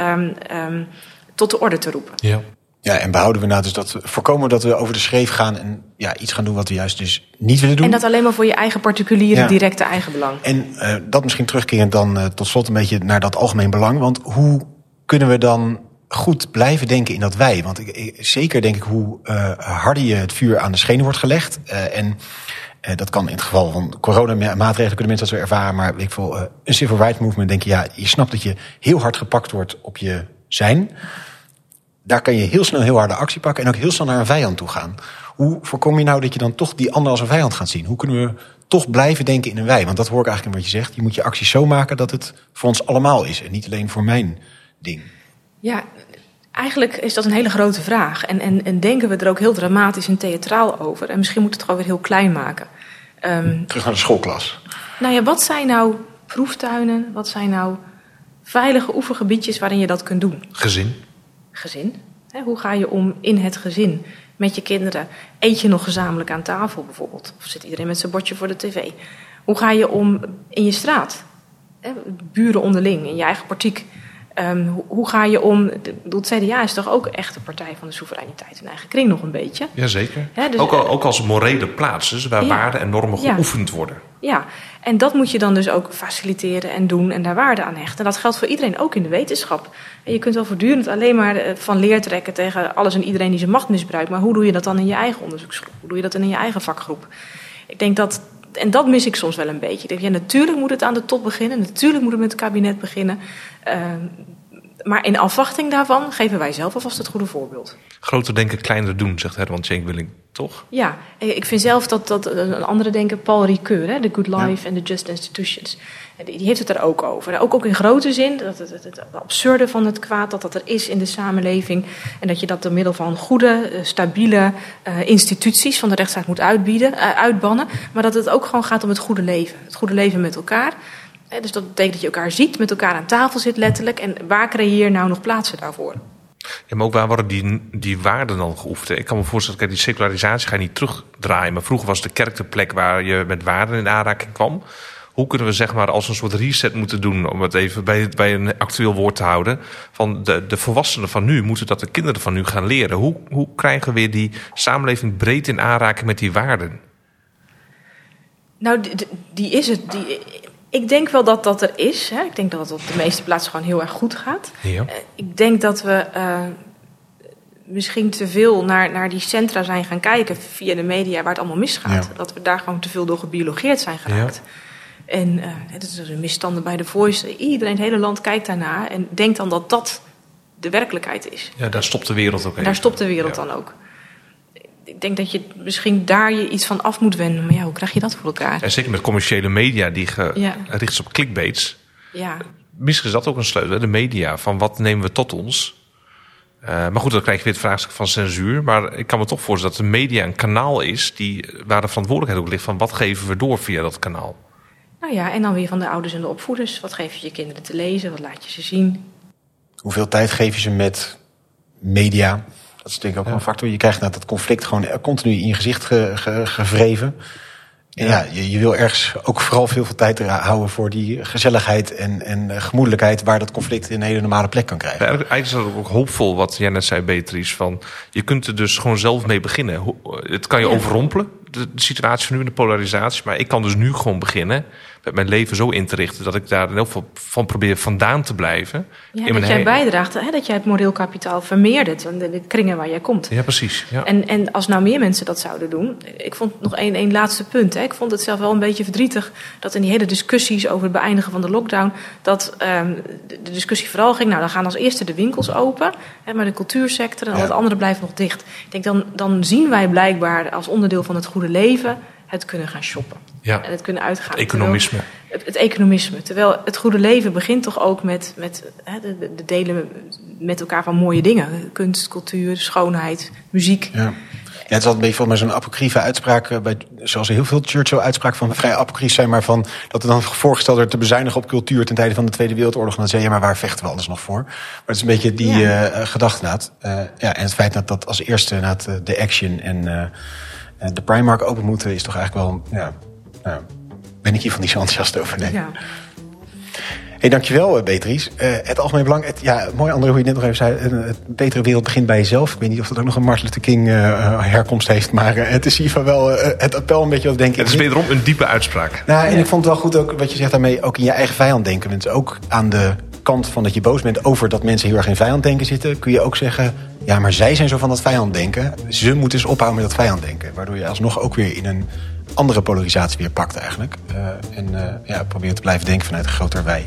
Speaker 3: tot de orde te roepen.
Speaker 1: Ja, en behouden we nou dus dat voorkomen dat we over de schreef gaan en iets gaan doen wat we juist dus niet willen doen.
Speaker 3: En dat alleen maar voor je eigen particuliere, directe eigen belang.
Speaker 1: En dat misschien terugkerend dan tot slot een beetje naar dat algemeen belang. Want hoe kunnen we dan goed blijven denken in dat wij? Want zeker denk ik hoe harder je het vuur aan de schenen wordt gelegd. En dat kan in het geval van coronamaatregelen kunnen mensen dat zo ervaren. Maar weet ik veel, een civil rights movement denk je, je snapt dat je heel hard gepakt wordt op je zijn. Daar kan je heel snel heel harde actie pakken en ook heel snel naar een vijand toe gaan. Hoe voorkom je nou dat je dan toch die ander als een vijand gaat zien? Hoe kunnen we toch blijven denken in een wij? Want dat hoor ik eigenlijk in wat je zegt. Je moet je acties zo maken dat het voor ons allemaal is en niet alleen voor mijn ding.
Speaker 3: Ja, eigenlijk is dat een hele grote vraag. En denken we er ook heel dramatisch en theatraal over. En misschien moet het gewoon weer heel klein maken.
Speaker 1: Terug naar de schoolklas.
Speaker 3: Nou ja, wat zijn nou proeftuinen? Wat zijn nou veilige oefengebiedjes waarin je dat kunt doen? Gezin. Hoe ga je om in het gezin met je kinderen? Eet je nog gezamenlijk aan tafel bijvoorbeeld? Of zit iedereen met zijn bordje voor de tv? Hoe ga je om in je straat? Buren onderling, in je eigen partiek. Hoe ga je om? Het CDA is toch ook echt de partij van de soevereiniteit in eigen kring nog een beetje.
Speaker 2: Jazeker.
Speaker 3: Dus,
Speaker 2: ook als morele plaats, dus waar waarden en normen geoefend worden.
Speaker 3: Ja, en dat moet je dan dus ook faciliteren en doen en daar waarde aan hechten. En dat geldt voor iedereen, ook in de wetenschap. En je kunt wel voortdurend alleen maar van leer trekken tegen alles en iedereen die zijn macht misbruikt. Maar hoe doe je dat dan in je eigen onderzoeksgroep? Hoe doe je dat in je eigen vakgroep? Ik denk dat, en dat mis ik soms wel een beetje. Ik denk, natuurlijk moet het aan de top beginnen. Natuurlijk moet het met het kabinet beginnen. Maar in afwachting daarvan geven wij zelf alvast het goede voorbeeld.
Speaker 2: Groter denken, kleiner doen, zegt Herman Tjenk-Willing, toch?
Speaker 3: Ja, ik vind zelf dat een andere denker, Paul Ricoeur, The Good Life and the Just Institutions, die heeft het er ook over. Ook in grote zin, dat het absurde van het kwaad dat er is in de samenleving. En dat je dat door middel van goede, stabiele instituties van de rechtsstaat moet uitbannen. Maar dat het ook gewoon gaat om het goede leven. Het goede leven met elkaar. Dus dat betekent dat je elkaar ziet, met elkaar aan tafel zit letterlijk. En waar creëer je nou nog plaatsen daarvoor?
Speaker 2: Ja, maar ook waar worden die waarden dan geoefend? Ik kan me voorstellen, die secularisatie ga je niet terugdraaien. Maar vroeger was de kerk de plek waar je met waarden in aanraking kwam. Hoe kunnen we zeg maar als een soort reset moeten doen, om het even bij een actueel woord te houden, van de volwassenen van nu, moeten dat de kinderen van nu gaan leren? Hoe krijgen we weer die samenleving breed in aanraking met die waarden?
Speaker 3: Nou, die is het. Ik denk wel dat er is. Hè. Ik denk dat het op de meeste plaatsen gewoon heel erg goed gaat.
Speaker 2: Ja.
Speaker 3: Ik denk dat we misschien te veel naar die centra zijn gaan kijken via de media waar het allemaal misgaat. Ja. Dat we daar gewoon te veel door gebiologeerd zijn geraakt. Ja. En het is een misstanden bij The Voice. Iedereen in het hele land kijkt daarna en denkt dan dat dat de werkelijkheid is.
Speaker 2: Ja, daar stopt de wereld ook.
Speaker 3: Daar stopt de wereld dan ook. Ik denk dat je misschien daar je iets van af moet wenden. Maar ja, hoe krijg je dat voor elkaar?
Speaker 2: En zeker met commerciële media die gericht is op clickbaits.
Speaker 3: Ja.
Speaker 2: misschien is dat ook een sleutel, de media. Van wat nemen we tot ons? Maar goed, dan krijg je weer het vraagstuk van censuur. Maar ik kan me toch voorstellen dat de media een kanaal is waar de verantwoordelijkheid ook ligt van wat geven we door via dat kanaal.
Speaker 3: Nou ja, en dan weer van de ouders en de opvoeders. Wat geef je je kinderen te lezen? Wat laat je ze zien?
Speaker 1: Hoeveel tijd geef je ze met media? Dat is denk ik ook wel een factor. Je krijgt dat conflict gewoon continu in je gezicht gevreven. En ja, je wil ergens ook vooral veel tijd houden voor die gezelligheid en gemoedelijkheid waar dat conflict een hele normale plek kan krijgen.
Speaker 2: Ja, eigenlijk is dat ook hoopvol wat jij net zei, Beatrice. Van, je kunt er dus gewoon zelf mee beginnen. Het kan je overrompelen, de situatie van nu, de polarisatie. Maar ik kan dus nu gewoon beginnen met mijn leven zo in te richten dat ik daar in heel veel van probeer vandaan te blijven.
Speaker 3: Ja, dat jij bijdraagt, dat jij het moreel kapitaal vermeerdert. De kringen waar jij komt.
Speaker 2: Ja, precies. Ja.
Speaker 3: En als nou meer mensen dat zouden doen. Ik vond nog één laatste punt. Ik vond het zelf wel een beetje verdrietig dat in die hele discussies over het beëindigen van de lockdown, dat de discussie vooral ging, nou dan gaan als eerste de winkels open, maar de cultuursector en al het andere blijft nog dicht. Ik denk dan zien wij blijkbaar als onderdeel van het goede leven het kunnen gaan shoppen.
Speaker 2: Ja.
Speaker 3: En het kunnen uitgaan.
Speaker 2: Het economisme.
Speaker 3: Het economisme. Terwijl het goede leven begint toch ook met de delen met elkaar van mooie dingen. Kunst, cultuur, schoonheid, muziek.
Speaker 1: Ja. Ja, het is altijd een beetje volgens mij zo'n apocryfe uitspraak, zoals heel veel Churchill-uitspraken van vrij apocryf zijn, maar van dat er dan voorgesteld werd te bezuinigen op cultuur ten tijde van de Tweede Wereldoorlog. En dan zei je, maar waar vechten we anders nog voor? Maar het is een beetje die gedachte. En het feit dat als eerste de Action en de Primark open moeten, is toch eigenlijk wel, ben ik hier van niet zo enthousiast over. Nee. Ja. Hey, dankjewel, Beatrice. Het algemeen belang, mooi André, hoe je net nog even zei, een betere wereld begint bij jezelf. Ik weet niet of dat ook nog een Martin Luther King herkomst heeft, maar het is in ieder geval wel het appel een beetje wat denk ik.
Speaker 2: Het is wederom een diepe uitspraak.
Speaker 1: Nou, en ik vond het wel goed ook wat je zegt daarmee, ook in je eigen vijand denken. Want ook aan de kant van dat je boos bent over dat mensen heel erg in vijand denken zitten, kun je ook zeggen, ja, maar zij zijn zo van dat vijand denken. Ze moeten dus ophouden met dat vijand denken. Waardoor je alsnog ook weer in een andere polarisatie weer pakt eigenlijk. Probeer te blijven denken vanuit een groter wij.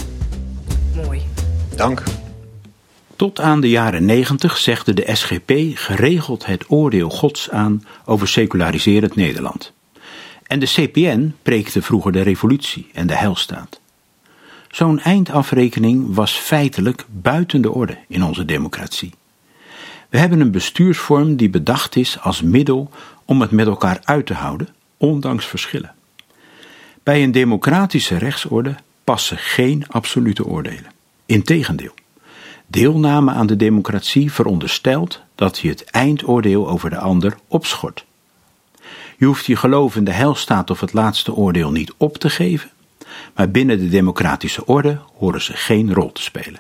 Speaker 3: Mooi.
Speaker 1: Dank.
Speaker 7: Tot aan de jaren 90 zegde de SGP geregeld het oordeel Gods aan over seculariserend Nederland. En de CPN preekte vroeger de revolutie en de heilstaat. Zo'n eindafrekening was feitelijk buiten de orde in onze democratie. We hebben een bestuursvorm die bedacht is als middel om het met elkaar uit te houden, ondanks verschillen. Bij een democratische rechtsorde passen geen absolute oordelen. Integendeel, deelname aan de democratie veronderstelt dat je het eindoordeel over de ander opschort. Je hoeft je geloof in de heilstaat of het laatste oordeel niet op te geven, maar binnen de democratische orde horen ze geen rol te spelen.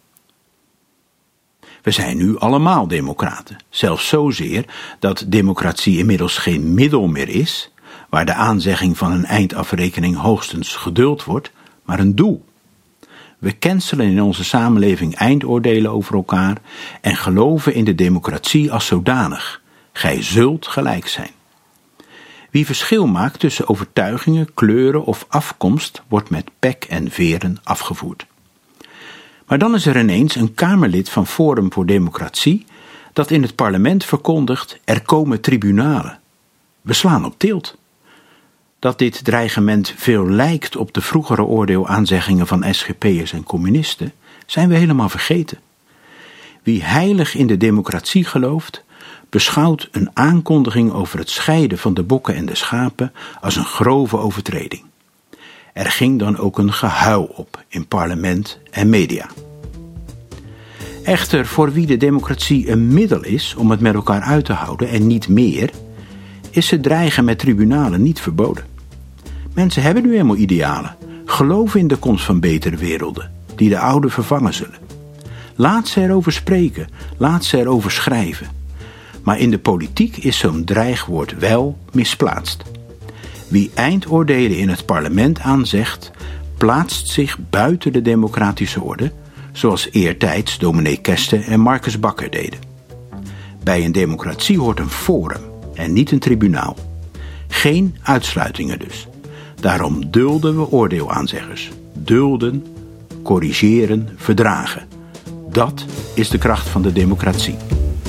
Speaker 7: We zijn nu allemaal democraten, zelfs zozeer dat democratie inmiddels geen middel meer is, waar de aanzegging van een eindafrekening hoogstens geduld wordt, maar een doel. We cancelen in onze samenleving eindoordelen over elkaar en geloven in de democratie als zodanig. Gij zult gelijk zijn. Wie verschil maakt tussen overtuigingen, kleuren of afkomst, wordt met pek en veren afgevoerd. Maar dan is er ineens een Kamerlid van Forum voor Democratie dat in het parlement verkondigt, er komen tribunalen. We slaan op tilt. Dat dit dreigement veel lijkt op de vroegere oordeelaanzeggingen van SGP'ers en communisten, zijn we helemaal vergeten. Wie heilig in de democratie gelooft, beschouwt een aankondiging over het scheiden van de bokken en de schapen als een grove overtreding. Er ging dan ook een gehuil op in parlement en media. Echter, voor wie de democratie een middel is om het met elkaar uit te houden en niet meer, is het dreigen met tribunalen niet verboden. Mensen hebben nu eenmaal idealen, geloven in de komst van betere werelden, die de oude vervangen zullen. Laat ze erover spreken, laat ze erover schrijven. Maar in de politiek is zo'n dreigwoord wel misplaatst. Wie eindoordelen in het parlement aanzegt, plaatst zich buiten de democratische orde, zoals eertijds dominee Keste en Marcus Bakker deden. Bij een democratie hoort een forum en niet een tribunaal. Geen uitsluitingen dus. Daarom dulden we oordeelaanzeggers. Dulden, corrigeren, verdragen. Dat is de kracht van de democratie.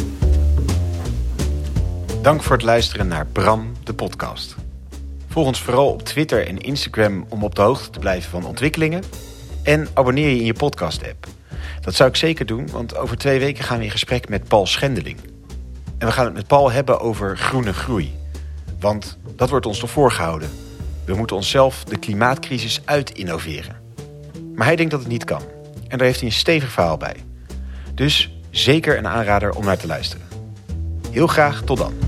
Speaker 1: Dank voor het luisteren naar Bram, de podcast. Volg ons vooral op Twitter en Instagram om op de hoogte te blijven van ontwikkelingen. En abonneer je in je podcast-app. Dat zou ik zeker doen, want over 2 weken gaan we in gesprek met Paul Schendeling. En we gaan het met Paul hebben over groene groei. Want dat wordt ons toch voorgehouden. We moeten onszelf de klimaatcrisis uit-innoveren. Maar hij denkt dat het niet kan. En daar heeft hij een stevig verhaal bij. Dus zeker een aanrader om naar te luisteren. Heel graag tot dan.